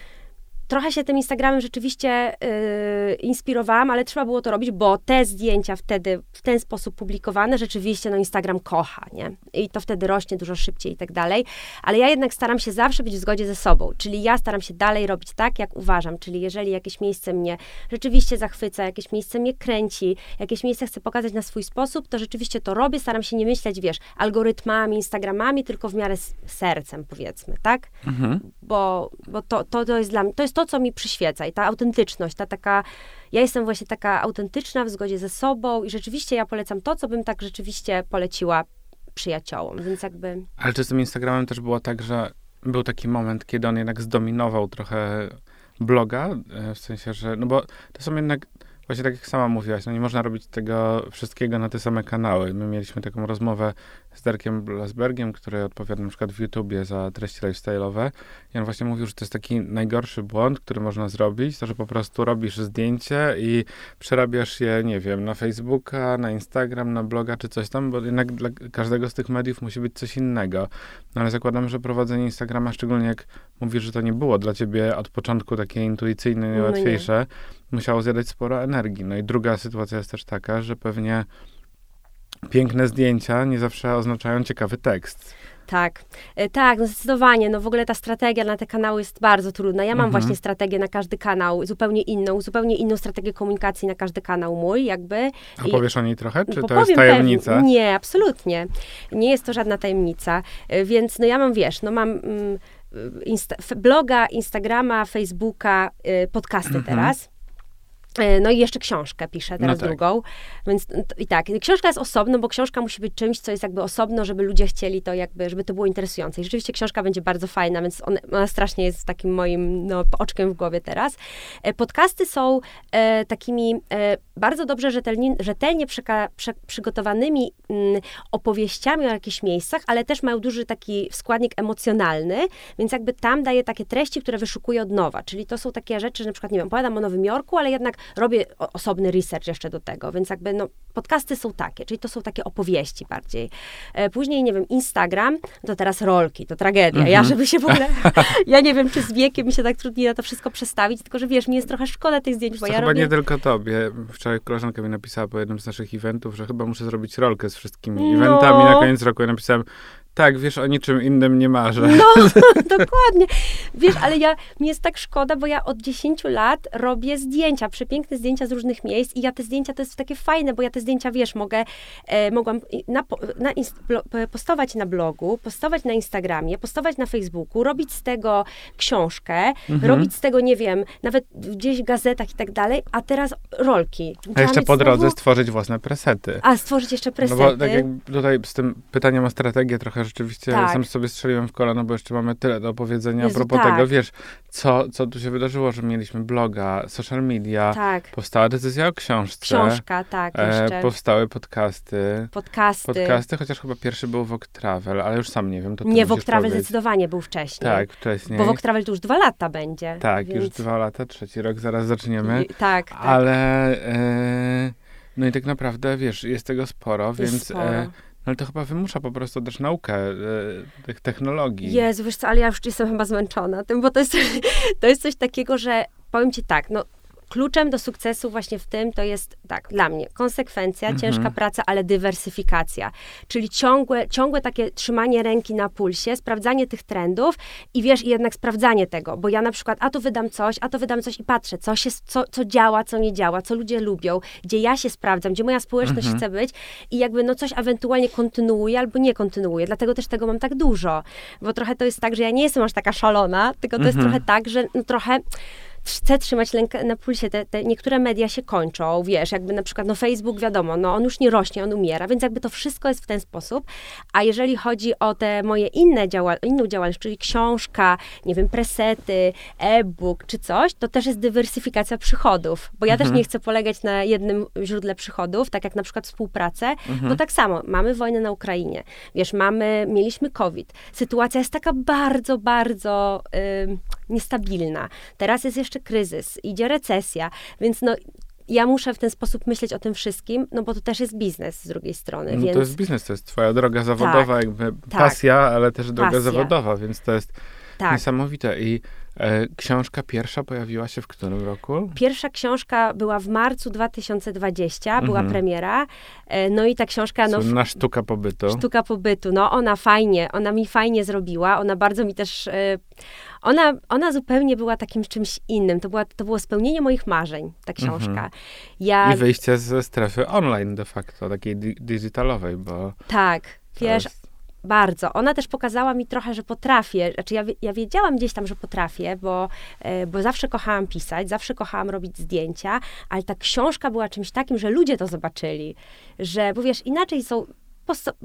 trochę się tym Instagramem rzeczywiście yy, inspirowałam, ale trzeba było to robić, bo te zdjęcia wtedy w ten sposób publikowane rzeczywiście no Instagram kocha, nie? I to wtedy rośnie dużo szybciej i tak dalej. Ale ja jednak staram się zawsze być w zgodzie ze sobą, czyli ja staram się dalej robić tak, jak uważam, czyli jeżeli jakieś miejsce mnie rzeczywiście zachwyca, jakieś miejsce mnie kręci, jakieś miejsce chcę pokazać na swój sposób, to rzeczywiście to robię, staram się nie myśleć, wiesz, algorytmami, Instagramami, tylko w miarę sercem, powiedzmy, tak? Mhm. Bo, bo to, to, to jest dla mnie, to jest to, co mi przyświeca i ta autentyczność, ta taka, ja jestem właśnie taka autentyczna, w zgodzie ze sobą i rzeczywiście ja polecam to, co bym tak rzeczywiście poleciła przyjaciołom, więc jakby... Ale czy z tym Instagramem też było tak, że był taki moment, kiedy on jednak zdominował trochę bloga, w sensie, że, no bo to są jednak, właśnie tak jak sama mówiłaś, no nie można robić tego wszystkiego na te same kanały. My mieliśmy taką rozmowę z Darkiem Blasbergiem, który odpowiada na przykład w YouTubie za treści lifestyle'owe. I on właśnie mówił, że to jest taki najgorszy błąd, który można zrobić, to, że po prostu robisz zdjęcie i przerabiasz je, nie wiem, na Facebooka, na Instagram, na bloga czy coś tam, bo jednak dla każdego z tych mediów musi być coś innego. No ale zakładam, że prowadzenie Instagrama, szczególnie jak mówisz, że to nie było dla ciebie od początku takie intuicyjne, najłatwiejsze, no musiało zjadać sporo energii. No i druga sytuacja jest też taka, że pewnie piękne zdjęcia nie zawsze oznaczają ciekawy tekst. Tak, e, tak, no zdecydowanie. No w ogóle ta strategia na te kanały jest bardzo trudna. Ja mam Mhm. właśnie strategię na każdy kanał, zupełnie inną, zupełnie inną strategię komunikacji na każdy kanał mój, jakby. A powiesz o niej trochę? Czy Bo to jest powiem tajemnica? Pewnie. Nie, absolutnie. Nie jest to żadna tajemnica. E, Więc no ja mam, wiesz, no mam mm, insta- f- bloga, Instagrama, Facebooka, y, podcasty Mhm. teraz. E, No i jeszcze książkę piszę, teraz No tak. drugą. Więc t- i tak, książka jest osobno, bo książka musi być czymś, co jest jakby osobno, żeby ludzie chcieli to jakby, żeby to było interesujące. I rzeczywiście książka będzie bardzo fajna, więc ona, ona strasznie jest takim moim no, oczkiem w głowie teraz. E, Podcasty są e, takimi e, bardzo dobrze rzetelnie, rzetelnie przeka- prze, przygotowanymi mm, opowieściami o jakichś miejscach, ale też mają duży taki składnik emocjonalny, więc jakby tam daje takie treści, które wyszukuję od nowa. Czyli to są takie rzeczy, że na przykład, nie wiem, opowiadam o Nowym Jorku, ale jednak robię o- osobny research jeszcze do tego, więc jakby no, podcasty są takie, czyli to są takie opowieści bardziej. E, później, nie wiem, Instagram, to teraz rolki, to tragedia. Mhm. Ja, żeby się w ogóle, ja nie wiem, czy z wiekiem mi się tak trudniej na to wszystko przestawić, tylko że wiesz, mi jest trochę szkoda tych zdjęć, bo To ja chyba robię... nie tylko tobie. Wczoraj koleżanka mi napisała po jednym z naszych eventów, że chyba muszę zrobić rolkę z wszystkimi No. eventami na koniec roku. Ja napisałem, tak, wiesz, o niczym innym nie marzę. No, dokładnie. Wiesz, ale ja, mi jest tak szkoda, bo ja od dziesięciu lat robię zdjęcia, przepiękne zdjęcia z różnych miejsc i ja te zdjęcia, to jest takie fajne, bo ja te zdjęcia, wiesz, mogę, e, mogłam na, na inst, blo, postować na blogu, postować na Instagramie, postować na Facebooku, robić z tego książkę, Mhm. robić z tego, nie wiem, nawet gdzieś w gazetach i tak dalej, a teraz rolki. A Musiałam jeszcze mieć po drodze znowu- stworzyć własne presety. A, stworzyć jeszcze No presety. bo tak jak tutaj z tym pytaniem o strategię trochę rzeczywiście Tak. sam sobie strzeliłem w kolano, bo jeszcze mamy tyle do opowiedzenia Jezu, a propos tak. tego, wiesz, co, co tu się wydarzyło, że mieliśmy bloga, social media, Tak, powstała decyzja o książce, książka, tak, jeszcze. e, powstały podcasty, Podcasty. podcasty, chociaż chyba pierwszy był Vogue Travel, ale już sam nie wiem, to ty Nie, musisz Vogue Travel powiedzieć. zdecydowanie był wcześniej. Tak, wcześniej. Bo Vogue Travel to już dwa lata będzie. Tak, więc... już dwa lata, trzeci rok, zaraz zaczniemy. I- Tak, tak. Ale, e, no i tak naprawdę, wiesz, jest tego sporo, Jest więc, sporo. e, no ale to chyba wymusza po prostu też naukę e, tych technologii. Jezu, wiesz co, ale ja już jestem chyba zmęczona tym, bo to jest, to jest coś takiego, że powiem ci tak, no kluczem do sukcesu właśnie w tym to jest, tak, dla mnie, konsekwencja, Mhm. ciężka praca, ale dywersyfikacja. Czyli ciągłe, ciągłe takie trzymanie ręki na pulsie, sprawdzanie tych trendów i wiesz, i jednak sprawdzanie tego, bo ja na przykład, a to wydam coś, a to wydam coś i patrzę, co, się, co, co działa, co nie działa, co ludzie lubią, gdzie ja się sprawdzam, gdzie moja społeczność Mhm. chce być i jakby no coś ewentualnie kontynuuję albo nie kontynuuję. Dlatego też tego mam tak dużo, bo trochę to jest tak, że ja nie jestem aż taka szalona, tylko to jest Mhm. trochę tak, że no trochę chcę trzymać rękę na pulsie. Te, te niektóre media się kończą, wiesz, jakby na przykład no Facebook, wiadomo, no on już nie rośnie, on umiera, więc jakby to wszystko jest w ten sposób. A jeżeli chodzi o te moje inne działa, inną działalność, czyli książka, nie wiem, presety, e-book czy coś, to też jest dywersyfikacja przychodów, bo ja Mhm. też nie chcę polegać na jednym źródle przychodów, tak jak na przykład współpracę, Mhm. bo tak samo, mamy wojnę na Ukrainie, wiesz, mamy, mieliśmy COVID, sytuacja jest taka bardzo, bardzo ym, niestabilna. Teraz jest jeszcze kryzys, idzie recesja, więc no ja muszę w ten sposób myśleć o tym wszystkim, no bo to też jest biznes z drugiej strony, No więc to jest biznes, to jest twoja droga zawodowa, jakby pasja, ale też droga Pasja. zawodowa, więc to jest tak. niesamowite. I e, książka pierwsza pojawiła się w którym roku? Pierwsza książka była w marcu dwa tysiące dwudziestym, była Mhm. premiera, e, no i ta książka, no Słynna sztuka pobytu. Sztuka pobytu, no ona fajnie, ona mi fajnie zrobiła, ona bardzo mi też, e, ona, ona zupełnie była takim czymś innym, to, była, to było spełnienie moich marzeń, ta książka. Mhm. Ja, I wyjście ze strefy online de facto, takiej di- digitalowej, bo tak, to wiesz, jest- bardzo. Ona też pokazała mi trochę, że potrafię, znaczy ja, wie- ja wiedziałam gdzieś tam, że potrafię, bo, e, bo zawsze kochałam pisać, zawsze kochałam robić zdjęcia, ale ta książka była czymś takim, że ludzie to zobaczyli, że, bo wiesz, inaczej są, posto- wiesz,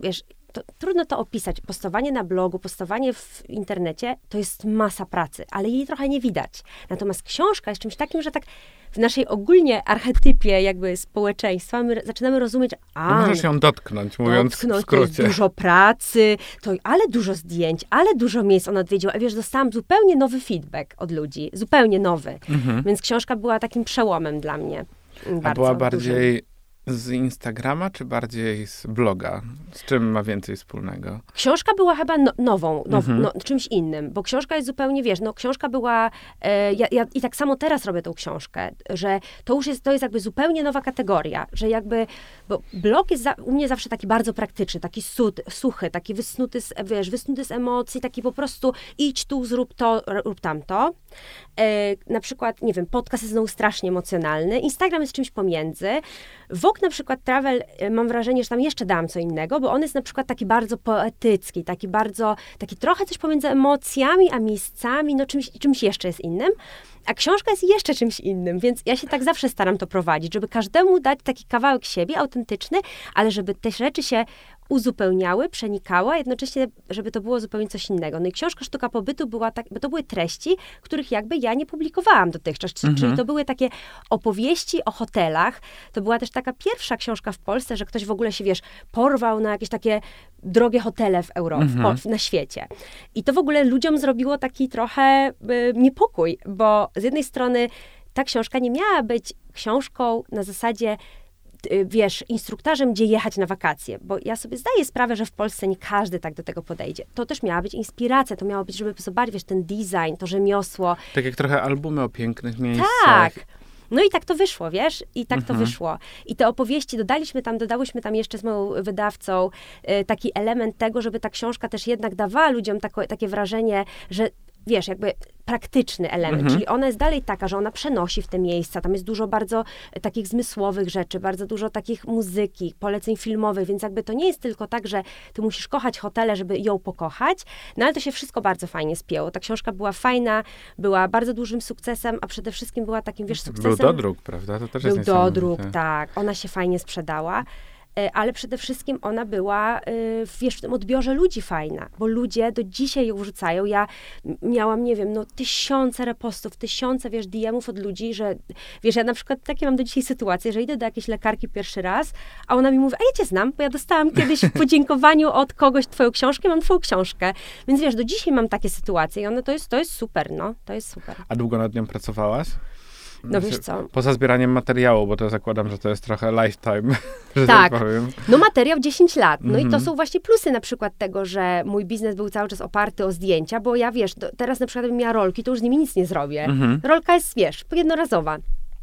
to, trudno to opisać. Postowanie na blogu, postowanie w internecie, to jest masa pracy, ale jej trochę nie widać. Natomiast książka jest czymś takim, że tak w naszej ogólnie archetypie jakby społeczeństwa my zaczynamy rozumieć, a... No możesz ją dotknąć, mówiąc dotknąć, w skrócie. To jest dużo pracy, to, ale dużo zdjęć, ale dużo miejsc ona odwiedziła. A wiesz, dostałam zupełnie nowy feedback od ludzi, zupełnie nowy. Mhm. Więc książka była takim przełomem dla mnie. Bardzo A była bardziej dużym. Z Instagrama, czy bardziej z bloga? Z czym ma więcej wspólnego? Książka była chyba no, nową, now, mhm. no, czymś innym, bo książka jest zupełnie, wiesz, no książka była, e, ja, ja i tak samo teraz robię tą książkę, że to już jest, to jest jakby zupełnie nowa kategoria, że jakby, bo blog jest za, u mnie zawsze taki bardzo praktyczny, taki sud, suchy, taki wysnuty z, wiesz, wysnuty z emocji, taki po prostu idź tu, zrób to, rób tamto. E, na przykład, nie wiem, podcast jest znowu strasznie emocjonalny, Instagram jest czymś pomiędzy. Vogue na przykład Travel, mam wrażenie, że tam jeszcze dałam co innego, bo on jest na przykład taki bardzo poetycki, taki bardzo, taki trochę coś pomiędzy emocjami, a miejscami, no czymś, czymś jeszcze jest innym. A książka jest jeszcze czymś innym, więc ja się tak zawsze staram to prowadzić, żeby każdemu dać taki kawałek siebie, autentyczny, ale żeby te rzeczy się uzupełniały, przenikały, a jednocześnie, żeby to było zupełnie coś innego. No i książka Sztuka Pobytu była tak, bo to były treści, których jakby ja nie publikowałam dotychczas, mhm. czyli to były takie opowieści o hotelach. To była też taka pierwsza książka w Polsce, że ktoś w ogóle się, wiesz, porwał na jakieś takie drogie hotele w Europie, mhm. na świecie. I to w ogóle ludziom zrobiło taki trochę y, niepokój, bo z jednej strony ta książka nie miała być książką na zasadzie, wiesz, instruktarzem, gdzie jechać na wakacje, bo ja sobie zdaję sprawę, że w Polsce nie każdy tak do tego podejdzie. To też miała być inspiracja, to miało być, żeby zobaczyć, wiesz, ten design, to rzemiosło. Tak jak trochę albumy o pięknych miejscach. Tak. No i tak to wyszło, wiesz? I tak mhm. to wyszło. I te opowieści, dodaliśmy tam, dodałyśmy tam jeszcze z moją wydawcą y, taki element tego, żeby ta książka też jednak dawała ludziom tako, takie wrażenie, że wiesz, jakby praktyczny element, mhm. czyli ona jest dalej taka, że ona przenosi w te miejsca, tam jest dużo bardzo takich zmysłowych rzeczy, bardzo dużo takich muzyki, poleceń filmowych, więc jakby to nie jest tylko tak, że ty musisz kochać hotele, żeby ją pokochać, no ale to się wszystko bardzo fajnie spięło. Ta książka była fajna, była bardzo dużym sukcesem, a przede wszystkim była takim, wiesz, sukcesem... Był dodruk, prawda? To też Był jest dodruk, tak. Ona się fajnie sprzedała. Ale przede wszystkim ona była, wiesz, w tym odbiorze ludzi fajna, bo ludzie do dzisiaj ją wrzucają. Ja miałam, nie wiem, no tysiące repostów, tysiące, wiesz, D M ów od ludzi, że, wiesz, ja na przykład takie mam do dzisiaj sytuacje, że idę do jakiejś lekarki pierwszy raz, a ona mi mówi, a ja cię znam, bo ja dostałam kiedyś w podziękowaniu od kogoś twoją książkę, mam twoją książkę. Więc wiesz, do dzisiaj mam takie sytuacje i one, to jest, to jest super, no, to jest super. A długo nad nią pracowałaś? No wiesz co? Poza zbieraniem materiału, bo to zakładam, że to jest trochę lifetime, że tak, tak powiem. No materiał dziesięć lat. No mhm. i to są właśnie plusy na przykład tego, że mój biznes był cały czas oparty o zdjęcia, bo ja, wiesz, do, teraz na przykład bym miała rolki, to już z nimi nic nie zrobię. Mhm. Rolka jest, wiesz, jednorazowa.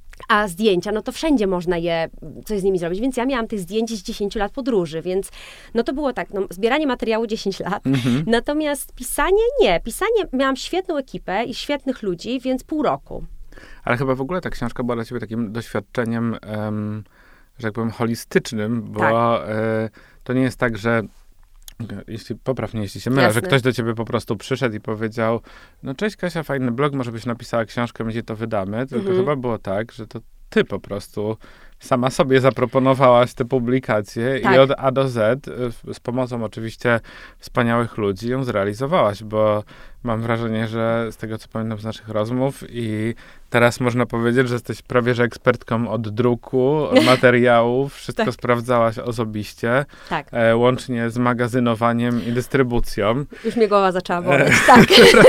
A zdjęcia, no to wszędzie można je, coś z nimi zrobić, więc ja miałam tych zdjęć z dziesięciu lat podróży, więc no to było tak, no zbieranie materiału dziesięć lat, mhm. natomiast pisanie nie. Pisanie, miałam świetną ekipę i świetnych ludzi, więc pół roku. Ale chyba w ogóle ta książka była dla ciebie takim doświadczeniem, um, że tak powiem, holistycznym, bo tak. e, to nie jest tak, że jeśli, popraw mnie, jeśli się mylę, że ktoś do ciebie po prostu przyszedł i powiedział, no cześć Kasia, fajny blog, może byś napisała książkę, my ci to wydamy, tylko mhm. chyba było tak, że to ty po prostu sama sobie zaproponowałaś te publikacje tak. i od A do Z, z pomocą oczywiście wspaniałych ludzi, ją zrealizowałaś, bo mam wrażenie, że z tego, co pamiętam z naszych rozmów i teraz można powiedzieć, że jesteś prawie że ekspertką od druku, od materiałów, wszystko tak. sprawdzałaś osobiście, tak. e, łącznie z magazynowaniem i dystrybucją. Już mnie głowa zaczęła boleć, tak.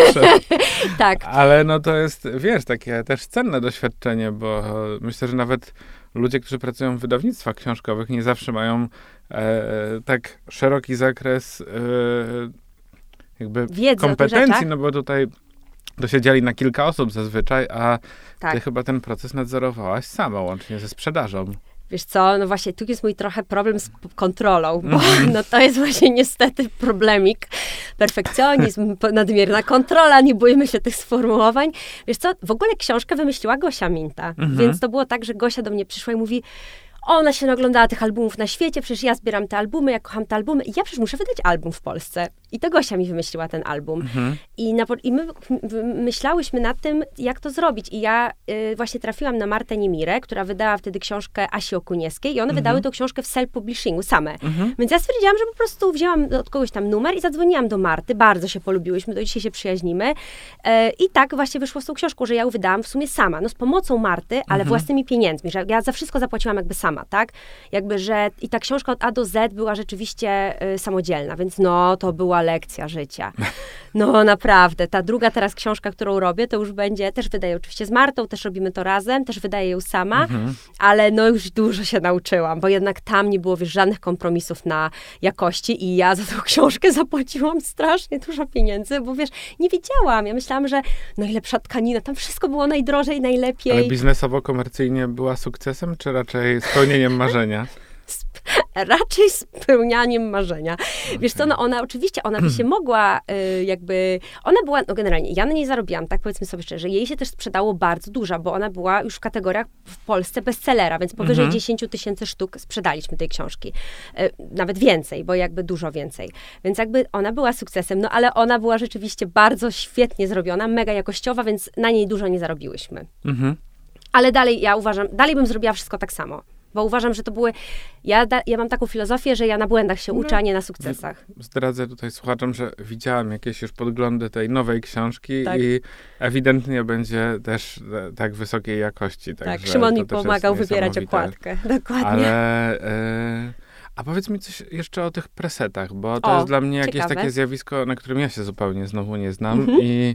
tak. Ale no to jest, wiesz, takie też cenne doświadczenie, bo myślę, że nawet ludzie, którzy pracują w wydawnictwach książkowych, nie zawsze mają e, tak szeroki zakres e, jakby wiedzy kompetencji, no bo tutaj dosiedzieli na kilka osób zazwyczaj, a tak. ty chyba ten proces nadzorowałaś sama, łącznie ze sprzedażą. Wiesz co, no właśnie tu jest mój trochę problem z kontrolą, bo no to jest właśnie niestety problemik. Perfekcjonizm, nadmierna kontrola, nie bójmy się tych sformułowań. Wiesz co, w ogóle książkę wymyśliła Gosia Minta, mhm. więc to było tak, że Gosia do mnie przyszła i mówi, ona się naglądała tych albumów na świecie, przecież ja zbieram te albumy, ja kocham te albumy i ja przecież muszę wydać album w Polsce. I to Gosia mi wymyśliła ten album. Mhm. I, na, I my myślałyśmy nad tym, jak to zrobić. I ja y, właśnie trafiłam na Martę Niemirę, która wydała wtedy książkę Asi Okuniewskiej i one mhm. wydały tą książkę w self-publishingu same. Mhm. Więc ja stwierdziłam, że po prostu wzięłam od kogoś tam numer i zadzwoniłam do Marty. Bardzo się polubiłyśmy, do dzisiaj się przyjaźnimy. Y, I tak właśnie wyszło z tą książką, że ja ją wydałam w sumie sama. No z pomocą Marty, ale mhm. własnymi pieniędzmi. Że ja za wszystko zapłaciłam jakby sama, tak? Jakby, że i ta książka od A do Z była rzeczywiście y, samodzielna, więc no, to była lekcja życia. No naprawdę. Ta druga teraz książka, którą robię, to już będzie, też wydaję oczywiście z Martą, też robimy to razem, też wydaję ją sama, mhm. ale no już dużo się nauczyłam, bo jednak tam nie było, wiesz, żadnych kompromisów na jakości i ja za tą książkę zapłaciłam strasznie dużo pieniędzy, bo wiesz, nie wiedziałam. Ja myślałam, że najlepsza tkanina, tam wszystko było najdrożej, najlepiej. Ale biznesowo, komercyjnie była sukcesem, czy raczej spełnieniem marzenia? Raczej spełnianiem marzenia. Okay. Wiesz co, no ona oczywiście, ona by się mogła y, jakby, ona była, no generalnie, ja na niej zarobiłam, tak powiedzmy sobie szczerze, jej się też sprzedało bardzo dużo, bo ona była już w kategoriach w Polsce bestsellera, więc powyżej mm-hmm. dziesięć tysięcy sztuk sprzedaliśmy tej książki. Y, nawet więcej, bo jakby dużo więcej. Więc jakby ona była sukcesem, no ale ona była rzeczywiście bardzo świetnie zrobiona, mega jakościowa, więc na niej dużo nie zarobiłyśmy. Mm-hmm. Ale dalej, ja uważam, dalej bym zrobiła wszystko tak samo. Bo uważam, że to były... Ja, da, ja mam taką filozofię, że ja na błędach się uczę, a nie na sukcesach. Zdradzę tutaj słuchaczom, że widziałam jakieś już podglądy tej nowej książki tak. i ewidentnie będzie też tak wysokiej jakości. Tak, tak Szymon mi pomagał wybierać okładkę. Dokładnie. Ale... E, a powiedz mi coś jeszcze o tych presetach, bo to o, jest dla mnie jakieś ciekawe. takie zjawisko, na którym ja się zupełnie znowu nie znam. Mhm. I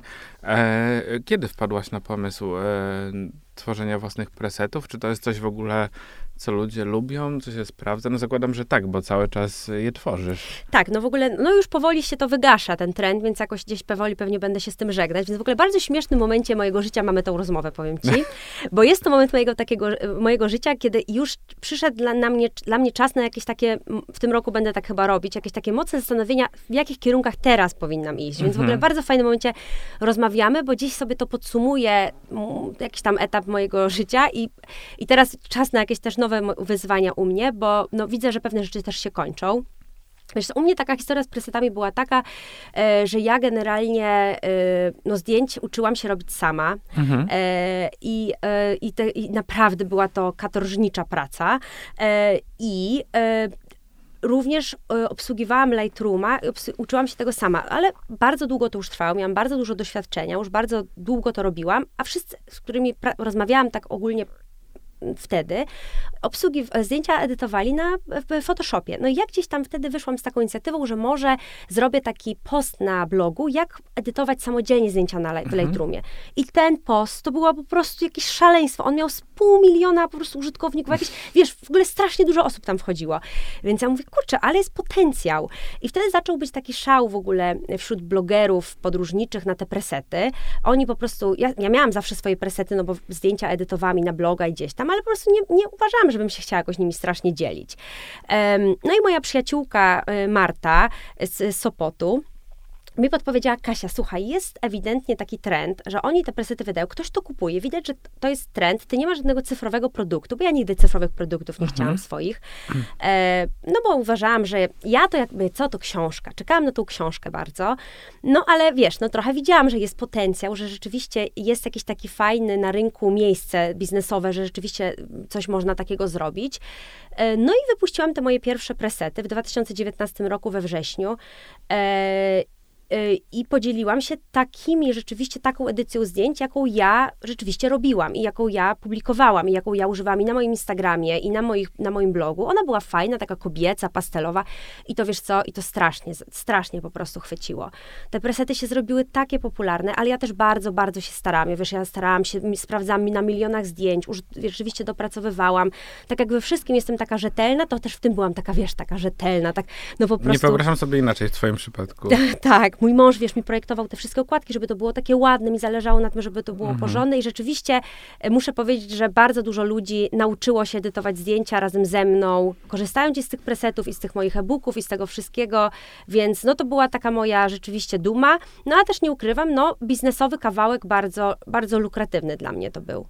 e, kiedy wpadłaś na pomysł e, tworzenia własnych presetów? Czy to jest coś w ogóle, co ludzie lubią, co się sprawdza? No zakładam, że tak, bo cały czas je tworzysz. Tak, no w ogóle, no już powoli się to wygasza, ten trend, więc jakoś gdzieś powoli pewnie będę się z tym żegnać. Więc w ogóle bardzo śmiesznym momencie mojego życia mamy tą rozmowę, powiem ci. Bo jest to moment mojego takiego, mojego życia, kiedy już przyszedł dla, na mnie, dla mnie czas na jakieś takie, w tym roku będę tak chyba robić, jakieś takie mocne zastanowienia, w jakich kierunkach teraz powinnam iść. Więc mhm. w ogóle w bardzo fajnym momencie rozmawiamy, bo dziś sobie to podsumuje jakiś tam etap mojego życia i, i teraz czas na jakieś też nowe wyzwania u mnie, bo no, widzę, że pewne rzeczy też się kończą. Wiesz, u mnie taka historia z presetami była taka, e, że ja generalnie e, no, zdjęć uczyłam się robić sama mhm. e, i, e, i, te, i naprawdę była to katorżnicza praca e, i e, również y, obsługiwałam Lightrooma, obs- uczyłam się tego sama, ale bardzo długo to już trwało, miałam bardzo dużo doświadczenia, już bardzo długo to robiłam, a wszyscy, z którymi pra- rozmawiałam tak ogólnie wtedy, obsługi, zdjęcia edytowali na, w Photoshopie. No i ja gdzieś tam wtedy wyszłam z taką inicjatywą, że może zrobię taki post na blogu, jak edytować samodzielnie zdjęcia na Light- w Lightroomie. I ten post to było po prostu jakieś szaleństwo. On miał z pół miliona po prostu użytkowników, jakieś, wiesz, w ogóle strasznie dużo osób tam wchodziło. Więc ja mówię, kurczę, ale jest potencjał. I wtedy zaczął być taki szał w ogóle wśród blogerów podróżniczych na te presety. Oni po prostu, ja, ja miałam zawsze swoje presety, no bo zdjęcia edytowałam i na bloga i gdzieś tam, ale po prostu nie, nie uważałam, żebym się chciała jakoś nimi strasznie dzielić. Um, no i moja przyjaciółka Marta z Sopotu mi podpowiedziała, Kasia, słuchaj, jest ewidentnie taki trend, że oni te presety wydają, ktoś to kupuje, widać, że to jest trend, ty nie masz żadnego cyfrowego produktu, bo ja nigdy cyfrowych produktów nie mhm. chciałam swoich, e, no bo uważałam, że ja to jakby, co to książka, czekałam na tą książkę bardzo, no ale wiesz, no trochę widziałam, że jest potencjał, że rzeczywiście jest jakiś taki fajny na rynku miejsce biznesowe, że rzeczywiście coś można takiego zrobić. E, no i wypuściłam te moje pierwsze presety w dwa tysiące dziewiętnastym roku we wrześniu. E, I podzieliłam się takimi, rzeczywiście taką edycją zdjęć, jaką ja rzeczywiście robiłam i jaką ja publikowałam i jaką ja używałam i na moim Instagramie i na, moich, na moim blogu. Ona była fajna, taka kobieca, pastelowa i to wiesz co, i to strasznie, strasznie po prostu chwyciło. Te presety się zrobiły takie popularne, ale ja też bardzo, bardzo się starałam. Ja, wiesz, ja starałam się, sprawdzałam na milionach zdjęć, już rzeczywiście dopracowywałam. Tak jak we wszystkim jestem taka rzetelna, to też w tym byłam taka, wiesz, taka rzetelna, tak, no po prostu... Nie wyobrażam sobie inaczej w twoim przypadku. Tak, mój mąż, wiesz, mi projektował te wszystkie okładki, żeby to było takie ładne, mi zależało na tym, żeby to było mhm. porządne i rzeczywiście e, muszę powiedzieć, że bardzo dużo ludzi nauczyło się edytować zdjęcia razem ze mną, korzystając z tych presetów i z tych moich e-booków i z tego wszystkiego, więc no to była taka moja rzeczywiście duma, no a też nie ukrywam, no biznesowy kawałek bardzo, bardzo lukratywny dla mnie to był.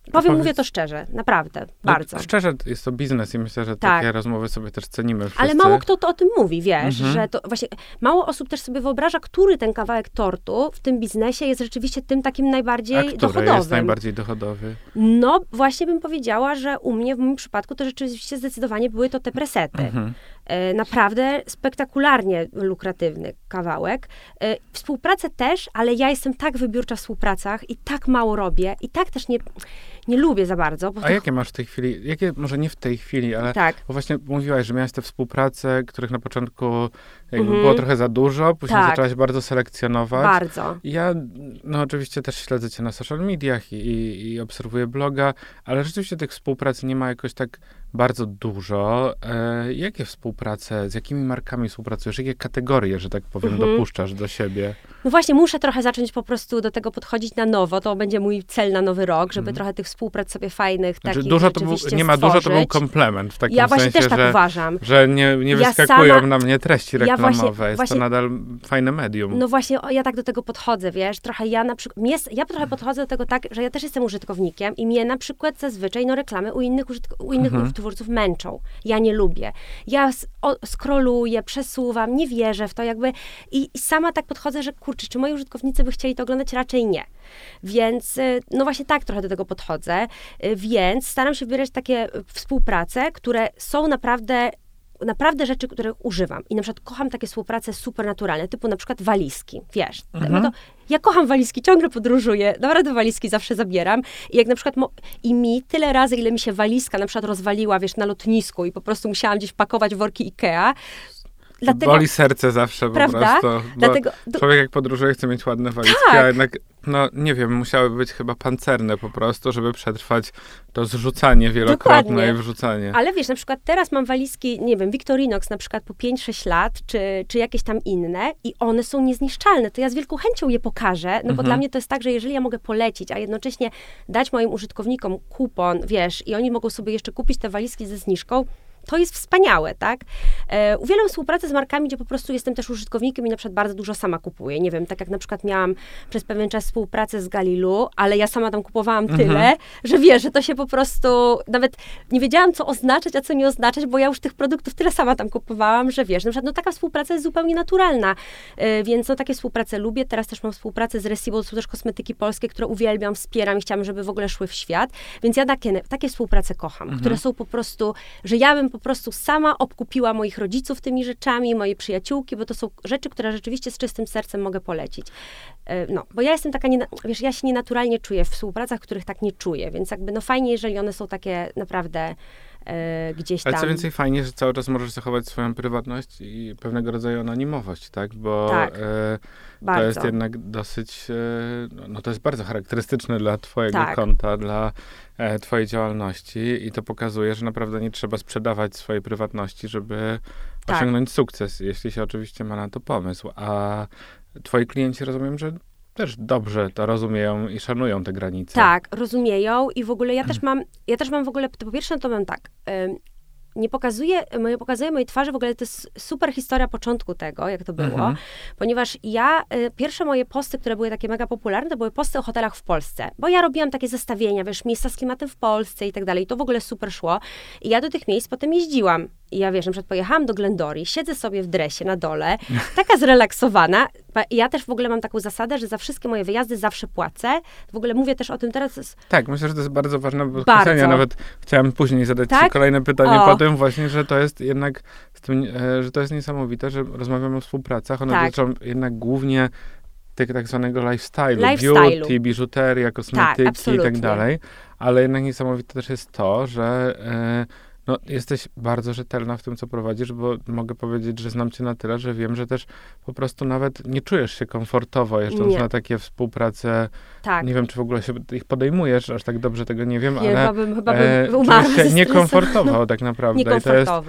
Powiem, powiedz... mówię to szczerze, naprawdę, no, bardzo. Szczerze, jest to biznes i myślę, że tak. takie rozmowy sobie też cenimy wszyscy. Ale mało kto to o tym mówi, wiesz, mhm. że to właśnie, mało osób też sobie wyobraża, który ten kawałek tortu w tym biznesie jest rzeczywiście tym takim najbardziej A który dochodowym. jest najbardziej dochodowy? No, właśnie bym powiedziała, że u mnie, w moim przypadku, to rzeczywiście zdecydowanie były to te presety. Mhm. E, naprawdę spektakularnie lukratywny kawałek. E, współpracę też, ale ja jestem tak wybiórcza w współpracach i tak mało robię i tak też nie, nie lubię za bardzo. Bo A to... jakie masz w tej chwili, jakie, może nie w tej chwili, ale tak. bo właśnie mówiłaś, że miałaś te współprace, których na początku jakby mhm. było trochę za dużo, później tak. zaczęłaś bardzo selekcjonować. Bardzo. Ja, no oczywiście też śledzę cię na social mediach i, i, i obserwuję bloga, ale rzeczywiście tych współpracy nie ma jakoś tak bardzo dużo. E, jakie współprace, z jakimi markami współpracujesz? Jakie kategorie, że tak powiem, mhm. dopuszczasz do siebie? No właśnie, muszę trochę zacząć po prostu do tego podchodzić na nowo. To będzie mój cel na nowy rok, żeby mhm. trochę tych współprac sobie fajnych, znaczy, takich dużo to był, Nie ma stworzyć. dużo, to był komplement w takim ja właśnie sensie, też tak że, uważam. że nie, nie ja wyskakują sama, na mnie treści reklamowe. Ja właśnie, jest właśnie, to nadal fajne medium. No właśnie, o, ja tak do tego podchodzę, wiesz, trochę ja na przykład, mnie, ja trochę podchodzę do tego tak, że ja też jestem użytkownikiem i mnie na przykład zazwyczaj no reklamy u innych, użytk- u innych mhm. twórców męczą. Ja nie lubię. Ja scrolluję, przesuwam, nie wierzę w to jakby i, i sama tak podchodzę, że kurczę, czy moi użytkownicy by chcieli to oglądać? Raczej nie. Więc no właśnie tak trochę do tego podchodzę, więc staram się wybierać takie współprace, które są naprawdę naprawdę rzeczy, których używam. I na przykład kocham takie współprace supernaturalne, typu na przykład walizki, wiesz. Mhm. No to ja kocham walizki, ciągle podróżuję, naprawdę walizki zawsze zabieram. I jak na przykład, mo- i mi tyle razy, ile mi się walizka na przykład rozwaliła, wiesz, na lotnisku i po prostu musiałam gdzieś pakować worki Ikea. Dlatego, boli serce zawsze prawda? po prostu. Dlatego, człowiek jak podróżuje, chce mieć ładne walizki, tak. a jednak, no nie wiem, musiały być chyba pancerne po prostu, żeby przetrwać to zrzucanie wielokrotne Dokładnie. i wrzucanie. Ale wiesz, na przykład teraz mam walizki, nie wiem, Victorinox na przykład po pięć sześć lat, czy, czy jakieś tam inne i one są niezniszczalne. To ja z wielką chęcią je pokażę, no bo mhm. dla mnie to jest tak, że jeżeli ja mogę polecić, a jednocześnie dać moim użytkownikom kupon, wiesz, i oni mogą sobie jeszcze kupić te walizki ze zniżką, to jest wspaniałe, tak? E, uwielbiam współpracę z markami, gdzie po prostu jestem też użytkownikiem i na przykład bardzo dużo sama kupuję. Nie wiem, tak jak na przykład miałam przez pewien czas współpracę z Galilu, ale ja sama tam kupowałam tyle, mhm. że wiesz, że to się po prostu, nawet nie wiedziałam, co oznaczać, a co nie oznaczać, bo ja już tych produktów tyle sama tam kupowałam, że wiesz, na przykład no taka współpraca jest zupełnie naturalna, e, więc no takie współprace lubię. Teraz też mam współpracę z Recibo, to są też kosmetyki polskie, które uwielbiam, wspieram i chciałam, żeby w ogóle szły w świat, więc ja takie, takie współprace kocham, mhm. które są po prostu, że ja bym po prostu sama obkupiła moich rodziców tymi rzeczami, moje przyjaciółki, bo to są rzeczy, które rzeczywiście z czystym sercem mogę polecić. No, bo ja jestem taka, nie, wiesz, ja się nienaturalnie czuję w współpracach, których tak nie czuję, więc jakby no fajnie, jeżeli one są takie naprawdę e, gdzieś tam. Ale co więcej fajnie, że cały czas możesz zachować swoją prywatność i pewnego rodzaju anonimowość, tak? Bo tak, e, to jest jednak dosyć, e, no to jest bardzo charakterystyczne dla twojego tak. konta, dla e, twojej działalności i to pokazuje, że naprawdę nie trzeba sprzedawać swojej prywatności, żeby tak. osiągnąć sukces, jeśli się oczywiście ma na to pomysł. A twoi klienci, rozumiem, że też dobrze to rozumieją i szanują te granice. Tak, rozumieją i w ogóle ja też mam, ja też mam w ogóle, to po pierwsze to mam tak, ym, nie pokazuję, nie pokazuję mojej twarzy, w ogóle to jest super historia początku tego, jak to było, mhm. ponieważ ja, y, pierwsze moje posty, które były takie mega popularne, to były posty o hotelach w Polsce, bo ja robiłam takie zestawienia, wiesz, miejsca z klimatem w Polsce i tak dalej, to w ogóle super szło i ja do tych miejsc potem jeździłam. I ja, wiesz, na przykład pojechałam do Glendorii, siedzę sobie w dresie na dole, taka zrelaksowana. Ja też w ogóle mam taką zasadę, że za wszystkie moje wyjazdy zawsze płacę. W ogóle mówię też o tym teraz. Jest... Tak, myślę, że to jest bardzo ważne podkreślenie. Ja nawet chciałam później zadać tak? ci kolejne pytanie o. po tym właśnie, że to jest jednak, tym, że to jest niesamowite, że rozmawiamy o współpracach. One tak. dotyczą jednak głównie tego tak zwanego lifestyle'u, lifestyle'u. beauty, biżuteria, kosmetyki tak, i tak dalej. Ale jednak niesamowite też jest to, że e, no, jesteś bardzo rzetelna w tym, co prowadzisz, bo mogę powiedzieć, że znam cię na tyle, że wiem, że też po prostu nawet nie czujesz się komfortowo jeżdżąc nie. na takie współprace. Tak. Nie wiem, czy w ogóle się ich podejmujesz, aż tak dobrze tego nie wiem, nie, ale chyba bym, chyba bym e, umarła czujesz się niekomfortowo tak naprawdę. Niekomfortowo. I to jest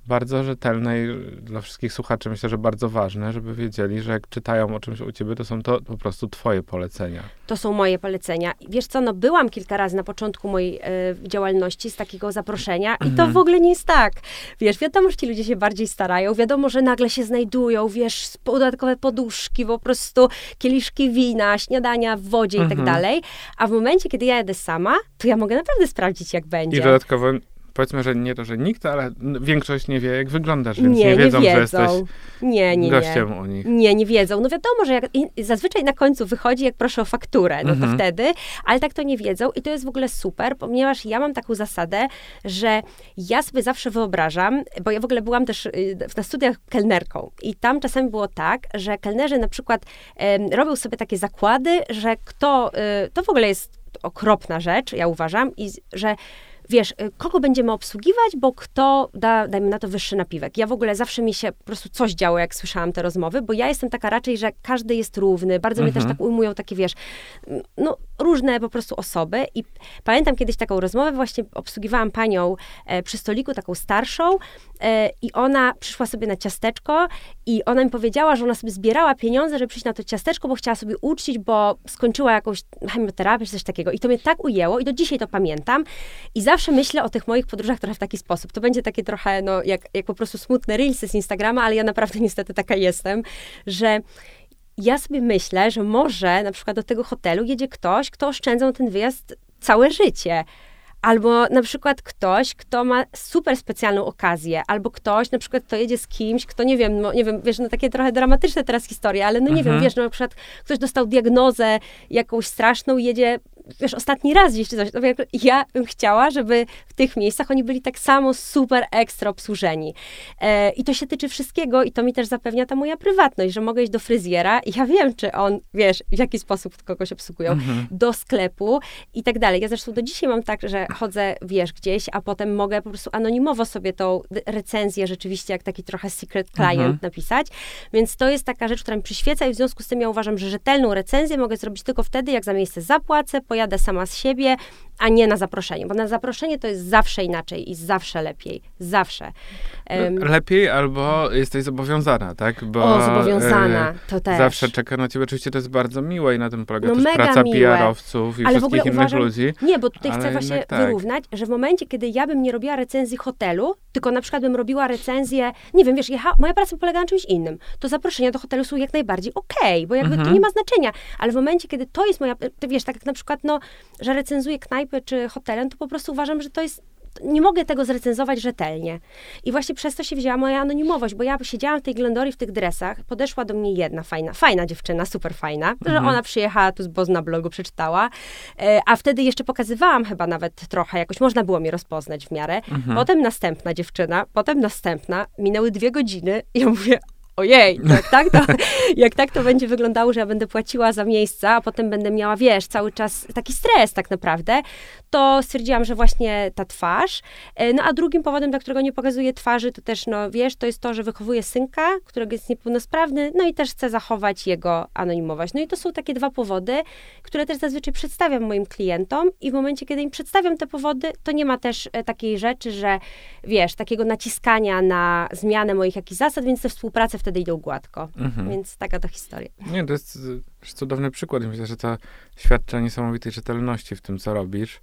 bardzo rzetelne i dla wszystkich słuchaczy myślę, że bardzo ważne, żeby wiedzieli, że jak czytają o czymś u ciebie, to są to po prostu twoje polecenia. To są moje polecenia. Wiesz co, no byłam kilka razy na początku mojej y, działalności z takiego zaproszenia i to w ogóle nie jest tak. Wiesz, wiadomo, że ci ludzie się bardziej starają, wiadomo, że nagle się znajdują, wiesz, dodatkowe poduszki, po prostu kieliszki wina, śniadania w wodzie i tak dalej, a w momencie, kiedy ja jadę sama, to ja mogę naprawdę sprawdzić, jak będzie. I dodatkowo powiedzmy, że nie to, że nikt, ale większość nie wie, jak wyglądasz, więc nie, nie wiedzą, nie że wiedzą. jesteś nie, nie, gościem nie. u nich. Nie, nie wiedzą. No wiadomo, że jak, i zazwyczaj na końcu wychodzi, jak proszę o fakturę, no Mhm. to wtedy, ale tak to nie wiedzą i to jest w ogóle super, ponieważ ja mam taką zasadę, że ja sobie zawsze wyobrażam, bo ja w ogóle byłam też y, na studiach kelnerką i tam czasami było tak, że kelnerzy na przykład em, robią sobie takie zakłady, że kto, y, to w ogóle jest okropna rzecz, ja uważam, i z- że wiesz, y, kogo będziemy obsługiwać, bo kto da, dajmy na to, wyższy napiwek. Ja w ogóle zawsze mi się po prostu coś działo, jak słyszałam te rozmowy, bo ja jestem taka raczej, że każdy jest równy. Bardzo mnie też tak ujmują takie, wiesz, m, no różne po prostu osoby i pamiętam kiedyś taką rozmowę, właśnie obsługiwałam panią e, przy stoliku, taką starszą e, i ona przyszła sobie na ciasteczko i ona mi powiedziała, że ona sobie zbierała pieniądze, żeby przyjść na to ciasteczko, bo chciała sobie uczcić, bo skończyła jakąś chemioterapię czy coś takiego i to mnie tak ujęło i do dzisiaj to pamiętam i zawsze myślę o tych moich podróżach trochę w taki sposób. To będzie takie trochę, no, jak, jak po prostu smutne reelsy z Instagrama, ale ja naprawdę niestety taka jestem, że ja sobie myślę, że może na przykład do tego hotelu jedzie ktoś, kto oszczędzał ten wyjazd całe życie. Albo na przykład ktoś, kto ma super specjalną okazję, albo ktoś, na przykład, kto jedzie z kimś, kto nie wiem, no nie wiem, wiesz, no takie trochę dramatyczne teraz historie, ale no nie wiem, wiesz, no na przykład ktoś dostał diagnozę jakąś straszną i jedzie, wiesz, ostatni raz gdzieś czy coś. To jakby ja bym chciała, żeby w tych miejscach oni byli tak samo super ekstra obsłużeni. E, I to się tyczy wszystkiego i to mi też zapewnia ta moja prywatność, że mogę iść do fryzjera i ja wiem, czy on, wiesz, w jaki sposób kogoś obsługują, do sklepu i tak dalej. Ja zresztą do dzisiaj mam tak, że chodzę, wiesz, gdzieś, a potem mogę po prostu anonimowo sobie tą recenzję rzeczywiście, jak taki trochę secret client Mhm. napisać. Więc to jest taka rzecz, która mi przyświeca i w związku z tym ja uważam, że rzetelną recenzję mogę zrobić tylko wtedy, jak za miejsce zapłacę, pojadę sama z siebie, a nie na zaproszenie. Bo na zaproszenie to jest zawsze inaczej i zawsze lepiej. Zawsze. Em, Lepiej albo jesteś zobowiązana, tak? Bo, o, zobowiązana, e, to też. Zawsze czeka na ciebie. Oczywiście to jest bardzo miłe i na tym polega No też mega praca miłe. P R-owców i Ale w ogóle wszystkich innych uważam, ludzi. nie, bo tutaj ale chcę właśnie jednak tak. wyrównać, że w momencie, kiedy ja bym nie robiła recenzji hotelu, tylko na przykład bym robiła recenzję, nie wiem, wiesz, jecha, moja praca polega na czymś innym, to zaproszenia do hotelu są jak najbardziej okej, bo jakby to Mhm. nie ma znaczenia, ale w momencie, kiedy to jest moja, ty wiesz, tak jak na przykład, no, że recenzuję knajpy czy hotele, to po prostu uważam, że to jest, nie mogę tego zrecenzować rzetelnie. I właśnie przez to się wzięła moja anonimowość, bo ja siedziałam w tej Glendorii w tych dresach, podeszła do mnie jedna fajna, fajna dziewczyna, super fajna, że ona przyjechała tu, bo na blogu przeczytała, e, a wtedy jeszcze pokazywałam chyba nawet trochę, jakoś można było mnie rozpoznać w miarę. Potem następna dziewczyna, potem następna, minęły dwie godziny i ja mówię, ojej, to jak, tak to, jak tak to będzie wyglądało, że ja będę płaciła za miejsca, a potem będę miała, wiesz, cały czas taki stres tak naprawdę, to stwierdziłam, że właśnie ta twarz. E, No a drugim powodem, dla którego nie pokazuję twarzy, to też, no wiesz, to jest to, że wychowuję synka, którego jest niepełnosprawny, no i też chcę zachować jego anonimowość. No i to są takie dwa powody, które też zazwyczaj przedstawiam moim klientom i w momencie, kiedy im przedstawiam te powody, to nie ma też e, takiej rzeczy, że wiesz, takiego naciskania na zmianę moich jakichś zasad, więc te współprace wtedy idą gładko. Mhm. Więc taka to historia. Nie, to jest y, cudowny przykład. Myślę, że to świadczy o niesamowitej rzetelności w tym, co robisz.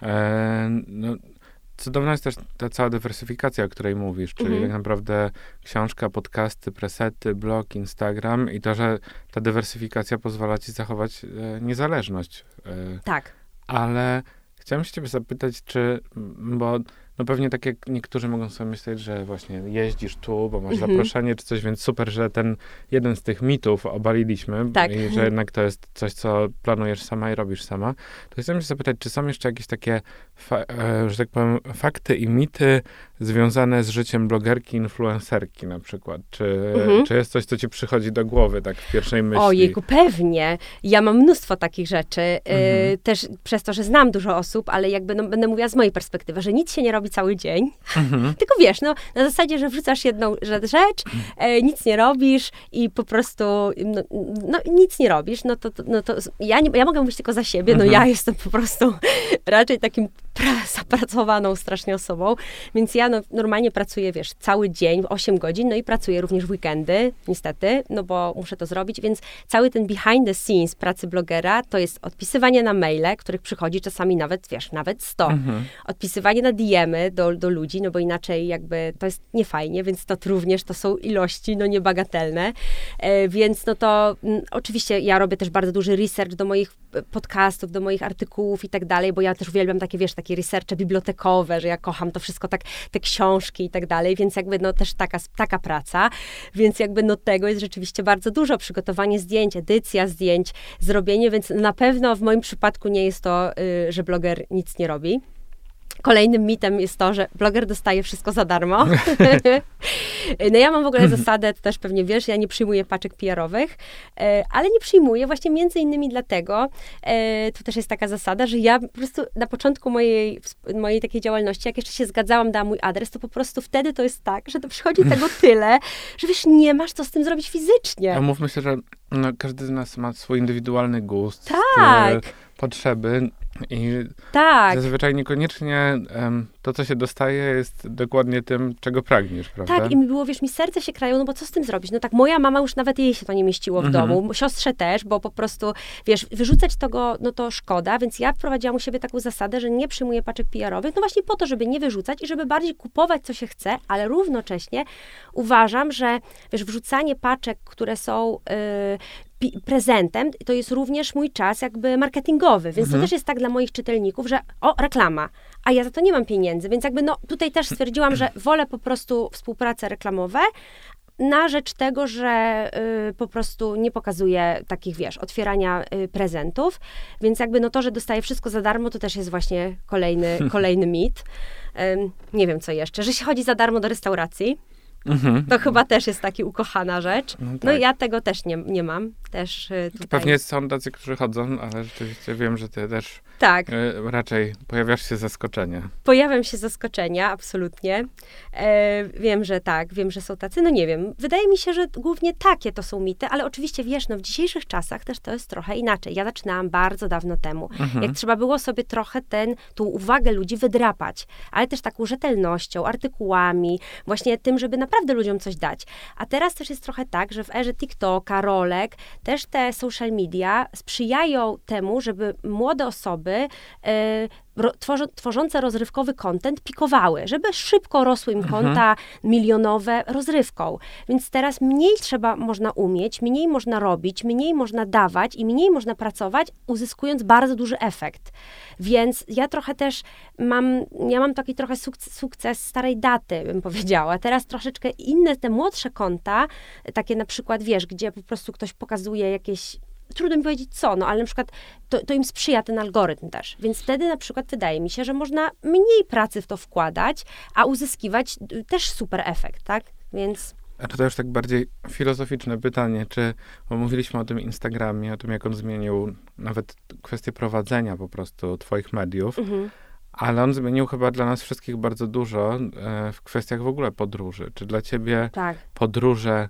E, no, cudowna jest też ta cała dywersyfikacja, o której mówisz, czyli Mhm. tak naprawdę książka, podcasty, presety, blog, Instagram i to, że ta dywersyfikacja pozwala ci zachować e, niezależność. E, Tak. ale chciałem się ciebie zapytać, czy, m, bo no pewnie tak jak niektórzy mogą sobie myśleć, że właśnie jeździsz tu, bo masz Mhm. zaproszenie czy coś, więc super, że ten jeden z tych mitów obaliliśmy Tak. i że jednak to jest coś, co planujesz sama i robisz sama. To chciałem się zapytać, czy są jeszcze jakieś takie, fa- e, że tak powiem, fakty i mity związane z życiem blogerki, influencerki na przykład? Czy, Mhm. czy jest coś, co ci przychodzi do głowy tak w pierwszej myśli? Ojejku, pewnie. Ja mam mnóstwo takich rzeczy. Mhm. Y, też przez to, że znam dużo osób, ale jakby no, będę mówiła z mojej perspektywy, że nic się nie robi cały dzień. Mhm. Tylko wiesz, no na zasadzie, że wrzucasz jedną rzecz, e, nic nie robisz i po prostu no, no, nic nie robisz, no to, to, no to ja, nie, ja mogę mówić tylko za siebie, no Mhm. ja jestem po prostu raczej takim pra- zapracowaną strasznie osobą, więc ja no, normalnie pracuję, wiesz, cały dzień, osiem godzin, no i pracuję również w weekendy, niestety, no bo muszę to zrobić, więc cały ten behind the scenes pracy blogera to jest odpisywanie na maile, których przychodzi czasami nawet, wiesz, nawet sto. Mhm. Odpisywanie na D M-y do, do ludzi, no bo inaczej jakby to jest niefajnie, więc to również to są ilości, no niebagatelne, e, więc no to m, oczywiście ja robię też bardzo duży research do moich podcastów, do moich artykułów i tak dalej, bo ja też uwielbiam takie, wiesz, takie researche bibliotekowe, że ja kocham to wszystko, tak, te książki i tak dalej, więc jakby no też taka, taka praca, więc jakby no tego jest rzeczywiście bardzo dużo, przygotowanie zdjęć, edycja zdjęć, zrobienie, więc na pewno w moim przypadku nie jest to, y, że bloger nic nie robi. Kolejnym mitem jest to, że bloger dostaje wszystko za darmo. No ja mam w ogóle zasadę, to też pewnie wiesz, ja nie przyjmuję paczek P R-owych, ale nie przyjmuję właśnie między innymi dlatego, tu też jest taka zasada, że ja po prostu na początku mojej, mojej takiej działalności, jak jeszcze się zgadzałam, dałam mój adres, to po prostu wtedy to jest tak, że to przychodzi tego tyle, że wiesz, nie masz co z tym zrobić fizycznie. A mówmy się, że no, każdy z nas ma swój indywidualny gust, tak. styl, potrzeby. I tak. zazwyczaj niekoniecznie um, to, co się dostaje, jest dokładnie tym, czego pragniesz, prawda? Tak, i mi było, wiesz, mi serce się krają, no bo co z tym zrobić? No tak, moja mama już nawet jej się to nie mieściło w mhm. domu, siostrze też, bo po prostu, wiesz, wyrzucać tego, no to szkoda, więc ja wprowadziłam u siebie taką zasadę, że nie przyjmuję paczek P R-owych, no właśnie po to, żeby nie wyrzucać i żeby bardziej kupować, co się chce, ale równocześnie uważam, że, wiesz, wrzucanie paczek, które są... Yy, prezentem, to jest również mój czas jakby marketingowy, więc mhm. to też jest tak dla moich czytelników, że o, reklama, a ja za to nie mam pieniędzy, więc jakby no tutaj też stwierdziłam, że wolę po prostu współprace reklamowe na rzecz tego, że y, po prostu nie pokazuję takich, wiesz, otwierania y, prezentów, więc jakby no to, że dostaję wszystko za darmo, to też jest właśnie kolejny, kolejny mit. Y, nie wiem co jeszcze, że się chodzi za darmo do restauracji. Mhm. To chyba też jest taka ukochana rzecz. No, tak. No ja tego też nie, nie mam. Też tutaj... Pewnie są tacy, którzy chodzą, ale rzeczywiście wiem, że ty też tak. y, raczej pojawiasz się zaskoczenia. Pojawiam się zaskoczenia, absolutnie. E, wiem, że tak, wiem, że są tacy, no nie wiem. Wydaje mi się, że głównie takie to są mity, ale oczywiście wiesz, no w dzisiejszych czasach też to jest trochę inaczej. Ja zaczynałam bardzo dawno temu. Mhm. Jak trzeba było sobie trochę ten, tą uwagę ludzi wydrapać, ale też taką rzetelnością, artykułami, właśnie tym, żeby naprawdę ludziom coś dać. A teraz też jest trochę tak, że w erze TikToka, rolek, też te social media sprzyjają temu, żeby młode osoby y, ro, tworzą, tworzące rozrywkowy content pikowały, żeby szybko rosły im konta mhm. milionowe rozrywką. Więc teraz mniej trzeba można umieć, mniej można robić, mniej można dawać i mniej można pracować, uzyskując bardzo duży efekt. Więc ja trochę też mam, ja mam taki trochę sukces, sukces starej daty, bym powiedziała. Teraz troszeczkę inne, te młodsze konta, takie na przykład, wiesz, gdzie po prostu ktoś pokazuje jakieś, trudno mi powiedzieć co, no ale na przykład to, to im sprzyja ten algorytm też. Więc wtedy na przykład wydaje mi się, że można mniej pracy w to wkładać, a uzyskiwać też super efekt, tak? Więc... A to już tak bardziej filozoficzne pytanie, czy, bo mówiliśmy o tym Instagramie, o tym, jak on zmienił nawet kwestię prowadzenia po prostu twoich mediów, mhm. ale on zmienił chyba dla nas wszystkich bardzo dużo e, w kwestiach w ogóle podróży. Czy dla ciebie tak. podróże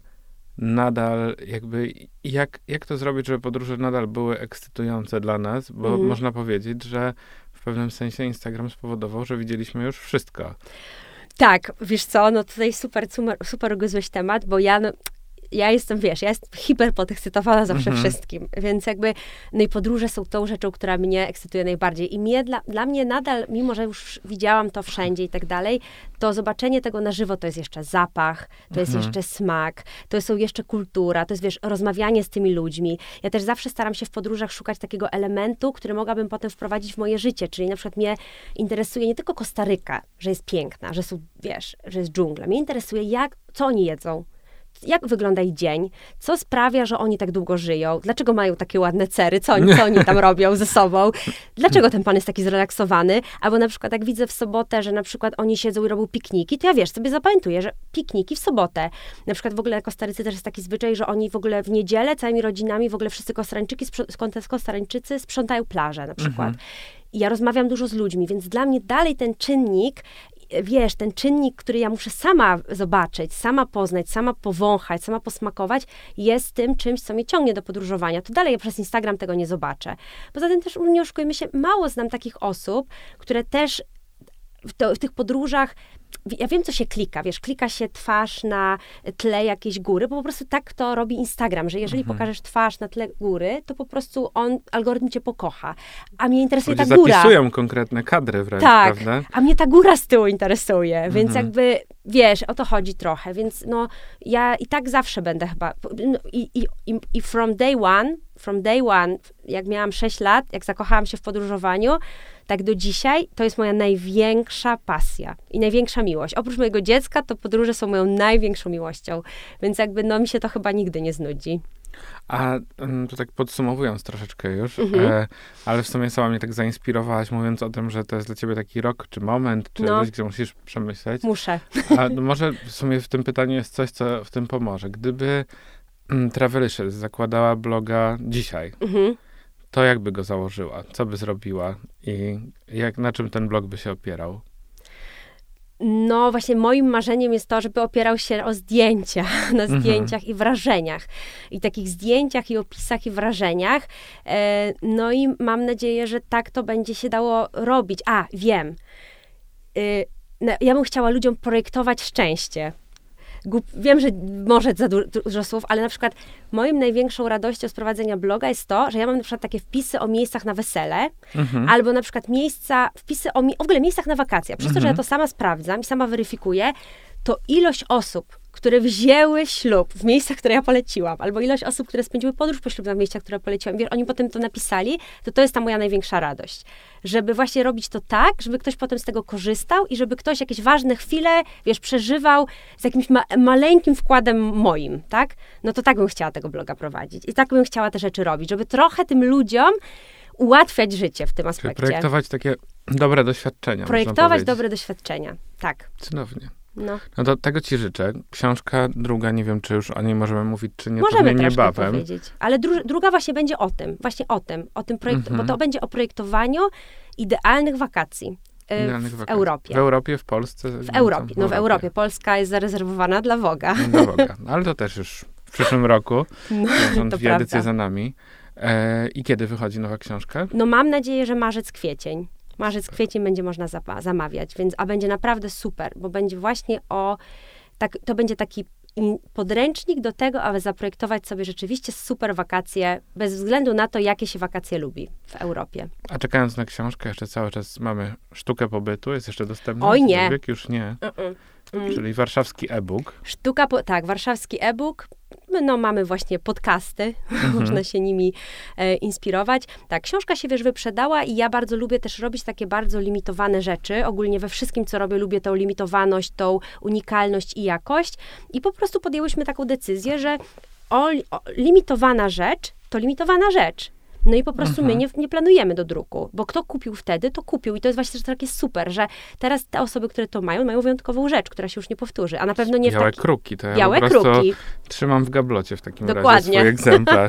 nadal jakby, jak, jak to zrobić, żeby podróże nadal były ekscytujące dla nas, bo mhm. można powiedzieć, że w pewnym sensie Instagram spowodował, że widzieliśmy już wszystko. Tak, wiesz co, no tutaj super, super, super ugryzłeś temat, bo ja, no, ja jestem, wiesz, ja jestem hiperpodekscytowana zawsze mhm. wszystkim, więc jakby, no i podróże są tą rzeczą, która mnie ekscytuje najbardziej i mnie, dla, dla mnie nadal, mimo że już widziałam to wszędzie i tak dalej, to zobaczenie tego na żywo to jest jeszcze zapach, to jest mhm. jeszcze smak, to są jeszcze kultura, to jest, wiesz, rozmawianie z tymi ludźmi. Ja też zawsze staram się w podróżach szukać takiego elementu, który mogłabym potem wprowadzić w moje życie, czyli na przykład mnie interesuje nie tylko Kostaryka, że jest piękna, że są, wiesz, że jest dżungla. Mnie interesuje, jak, co oni jedzą, jak wygląda ich dzień, co sprawia, że oni tak długo żyją, dlaczego mają takie ładne cery, co oni, co oni tam robią ze sobą, dlaczego ten pan jest taki zrelaksowany, albo na przykład jak widzę w sobotę, że na przykład oni siedzą i robią pikniki, to ja wiesz, sobie zapamiętuję, że pikniki w sobotę. Na przykład w ogóle na Kostaryce też jest taki zwyczaj, że oni w ogóle w niedzielę całymi rodzinami, w ogóle wszyscy Kostarańczyki, Kostarańczycy sprzątają plażę na przykład. Mhm. I ja rozmawiam dużo z ludźmi, więc dla mnie dalej ten czynnik wiesz, ten czynnik, który ja muszę sama zobaczyć, sama poznać, sama powąchać, sama posmakować, jest tym czymś, co mnie ciągnie do podróżowania. To dalej ja przez Instagram tego nie zobaczę. Poza tym też, nie oszukujmy się, mało znam takich osób, które też w, to, w tych podróżach, ja wiem, co się klika, wiesz, klika się twarz na tle jakiejś góry, bo po prostu tak to robi Instagram, że jeżeli mhm. pokażesz twarz na tle góry, to po prostu on, algorytm cię pokocha. A mnie interesuje Ludzie ta góra. zapisują konkretne kadry wręcz, tak, prawda? A mnie ta góra z tyłu interesuje, mhm. więc jakby, wiesz, o to chodzi trochę, więc no, ja i tak zawsze będę chyba, no, i, i, i from day one, from day one, jak miałam sześć lat, jak zakochałam się w podróżowaniu, tak do dzisiaj, to jest moja największa pasja i największa miłość. Oprócz mojego dziecka, to podróże są moją największą miłością, więc jakby, no, mi się to chyba nigdy nie znudzi. A to tak podsumowując troszeczkę już, Mhm. e, ale w sumie sama mnie tak zainspirowałaś, mówiąc o tym, że to jest dla ciebie taki rok, czy moment, czy No. coś, gdzie musisz przemyśleć. Muszę. A no może w sumie w tym pytaniu jest coś, co w tym pomoże. Gdyby mm, Travelicious zakładała bloga dzisiaj, Mhm. to jakby go założyła? Co by zrobiła? I jak, na czym ten blog by się opierał? No właśnie moim marzeniem jest to, żeby opierał się o zdjęcia, na Mhm. zdjęciach i wrażeniach. I takich zdjęciach i opisach i wrażeniach. E, no i mam nadzieję, że tak to będzie się dało robić. A, wiem. Y, no, ja bym chciała ludziom projektować szczęście. Głup, wiem, że może za du- dużo słów, ale na przykład moim największą radością z prowadzenia bloga jest to, że ja mam na przykład takie wpisy o miejscach na wesele, Mhm. albo na przykład miejsca, wpisy o, mi- w ogóle miejscach na wakacje. Przez to, że ja Mhm. to sama sprawdzam i sama weryfikuję, to ilość osób, które wzięły ślub w miejscach, które ja poleciłam, albo ilość osób, które spędziły podróż poślubną w miejscach, które poleciłam, wiesz, oni potem to napisali, to to jest ta moja największa radość. Żeby właśnie robić to tak, żeby ktoś potem z tego korzystał i żeby ktoś jakieś ważne chwile, wiesz, przeżywał z jakimś ma- maleńkim wkładem moim, tak? No to tak bym chciała tego bloga prowadzić. I tak bym chciała te rzeczy robić, żeby trochę tym ludziom ułatwiać życie w tym Czyli aspekcie. projektować takie dobre doświadczenia, można Projektować powiedzieć. dobre doświadczenia, tak. Cudownie. No. No to tego ci życzę. Książka druga, nie wiem, czy już o niej możemy mówić, czy nie, Możemy pewnie troszkę niebawem. powiedzieć, ale dru- druga właśnie będzie o tym, właśnie o tym, o tym projekt- Mhm. bo to będzie o projektowaniu idealnych wakacji y, Idealnych w wakacji. Europie. W Europie, w Polsce? W Europie, no w Europie. Polska jest zarezerwowana dla Woga. Dla Boga. Ale to też już w przyszłym roku. No, Są to dwie prawda. edycje za nami. E, I kiedy wychodzi nowa książka? No mam nadzieję, że marzec, kwiecień. Marzec, kwiecień będzie można zapa- zamawiać, więc, a będzie naprawdę super, bo będzie właśnie o, tak, to będzie taki in- podręcznik do tego, aby zaprojektować sobie rzeczywiście super wakacje, bez względu na to, jakie się wakacje lubi w Europie. A czekając na książkę, jeszcze cały czas mamy sztukę pobytu. Jest jeszcze dostępna? Oj, nie. Cokolwiek? Już nie. Mm-mm. Mm. Czyli warszawski e-book. Sztuka, po, tak, warszawski e-book. No mamy właśnie podcasty, można się nimi e, inspirować. Tak, książka się, wiesz, wyprzedała i ja bardzo lubię też robić takie bardzo limitowane rzeczy. Ogólnie we wszystkim, co robię, lubię tą limitowaność, tą unikalność i jakość. I po prostu podjęłyśmy taką decyzję, że o, o, limitowana rzecz to limitowana rzecz. No i po prostu Mhm. my nie, nie planujemy do druku, bo kto kupił wtedy, to kupił. I to jest właśnie też takie super, że teraz te osoby, które to mają, mają wyjątkową rzecz, która się już nie powtórzy. A na pewno nie w Białe taki... kruki. To ja Białe po prostu kruki. trzymam w gablocie w takim razie Dokładnie. swój egzemplarz.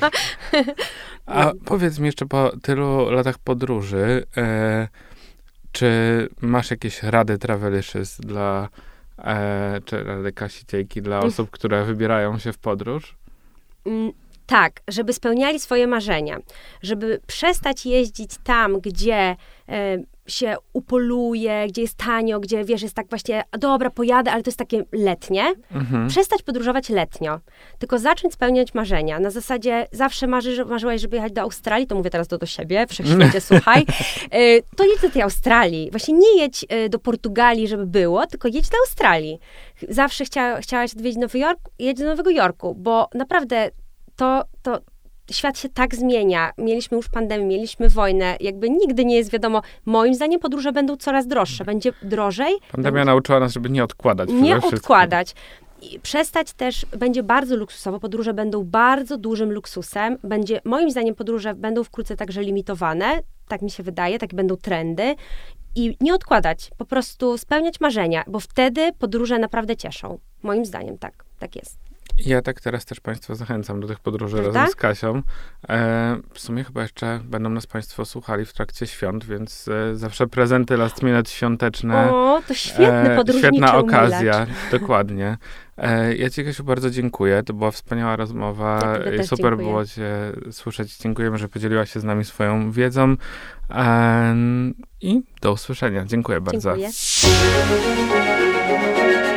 A powiedz mi jeszcze po tylu latach podróży, e, czy masz jakieś rady Travelicious dla, e, czy rady Kasi Ciejki dla osób, które wybierają się w podróż? Mm, Tak, żeby spełniali swoje marzenia, żeby przestać jeździć tam, gdzie e, się upoluje, gdzie jest tanio, gdzie, wiesz, jest tak właśnie, dobra, pojadę, ale to jest takie letnie. Mhm. Przestać podróżować letnio, tylko zacząć spełniać marzenia. Na zasadzie zawsze marzy, marzyłaś, żeby jechać do Australii, to mówię teraz do, do siebie, wszechświecie, słuchaj, e, to jedź do tej Australii. Właśnie nie jedź e, do Portugalii, żeby było, tylko jedź do Australii. Zawsze chcia, chciałaś odwiedzić Nowy Jork, jedź do Nowego Jorku, bo naprawdę to, to świat się tak zmienia. Mieliśmy już pandemię, mieliśmy wojnę. Jakby nigdy nie jest wiadomo. Moim zdaniem podróże będą coraz droższe. Będzie drożej. Pandemia nauczyła nas, żeby nie odkładać. Nie przede wszystkim. odkładać. I przestać też, będzie bardzo luksusowo. Podróże będą bardzo dużym luksusem. Będzie, moim zdaniem podróże będą wkrótce także limitowane. Tak mi się wydaje, takie będą trendy. I nie odkładać, po prostu spełniać marzenia, bo wtedy podróże naprawdę cieszą. Moim zdaniem tak, tak jest. Ja tak teraz też Państwa zachęcam do tych podróży Prawda? razem z Kasią. E, w sumie chyba jeszcze będą nas Państwo słuchali w trakcie świąt, więc e, zawsze prezenty last minute świąteczne. O, to świetny podróżniczy Świetna umilacz. okazja, dokładnie. E, ja Ci, Kasiu, bardzo dziękuję. To była wspaniała rozmowa. Ja tobie też Super dziękuję. było Cię słyszeć. Dziękujemy, że podzieliłaś się z nami swoją wiedzą. E, I do usłyszenia. Dziękuję bardzo. Dziękuję.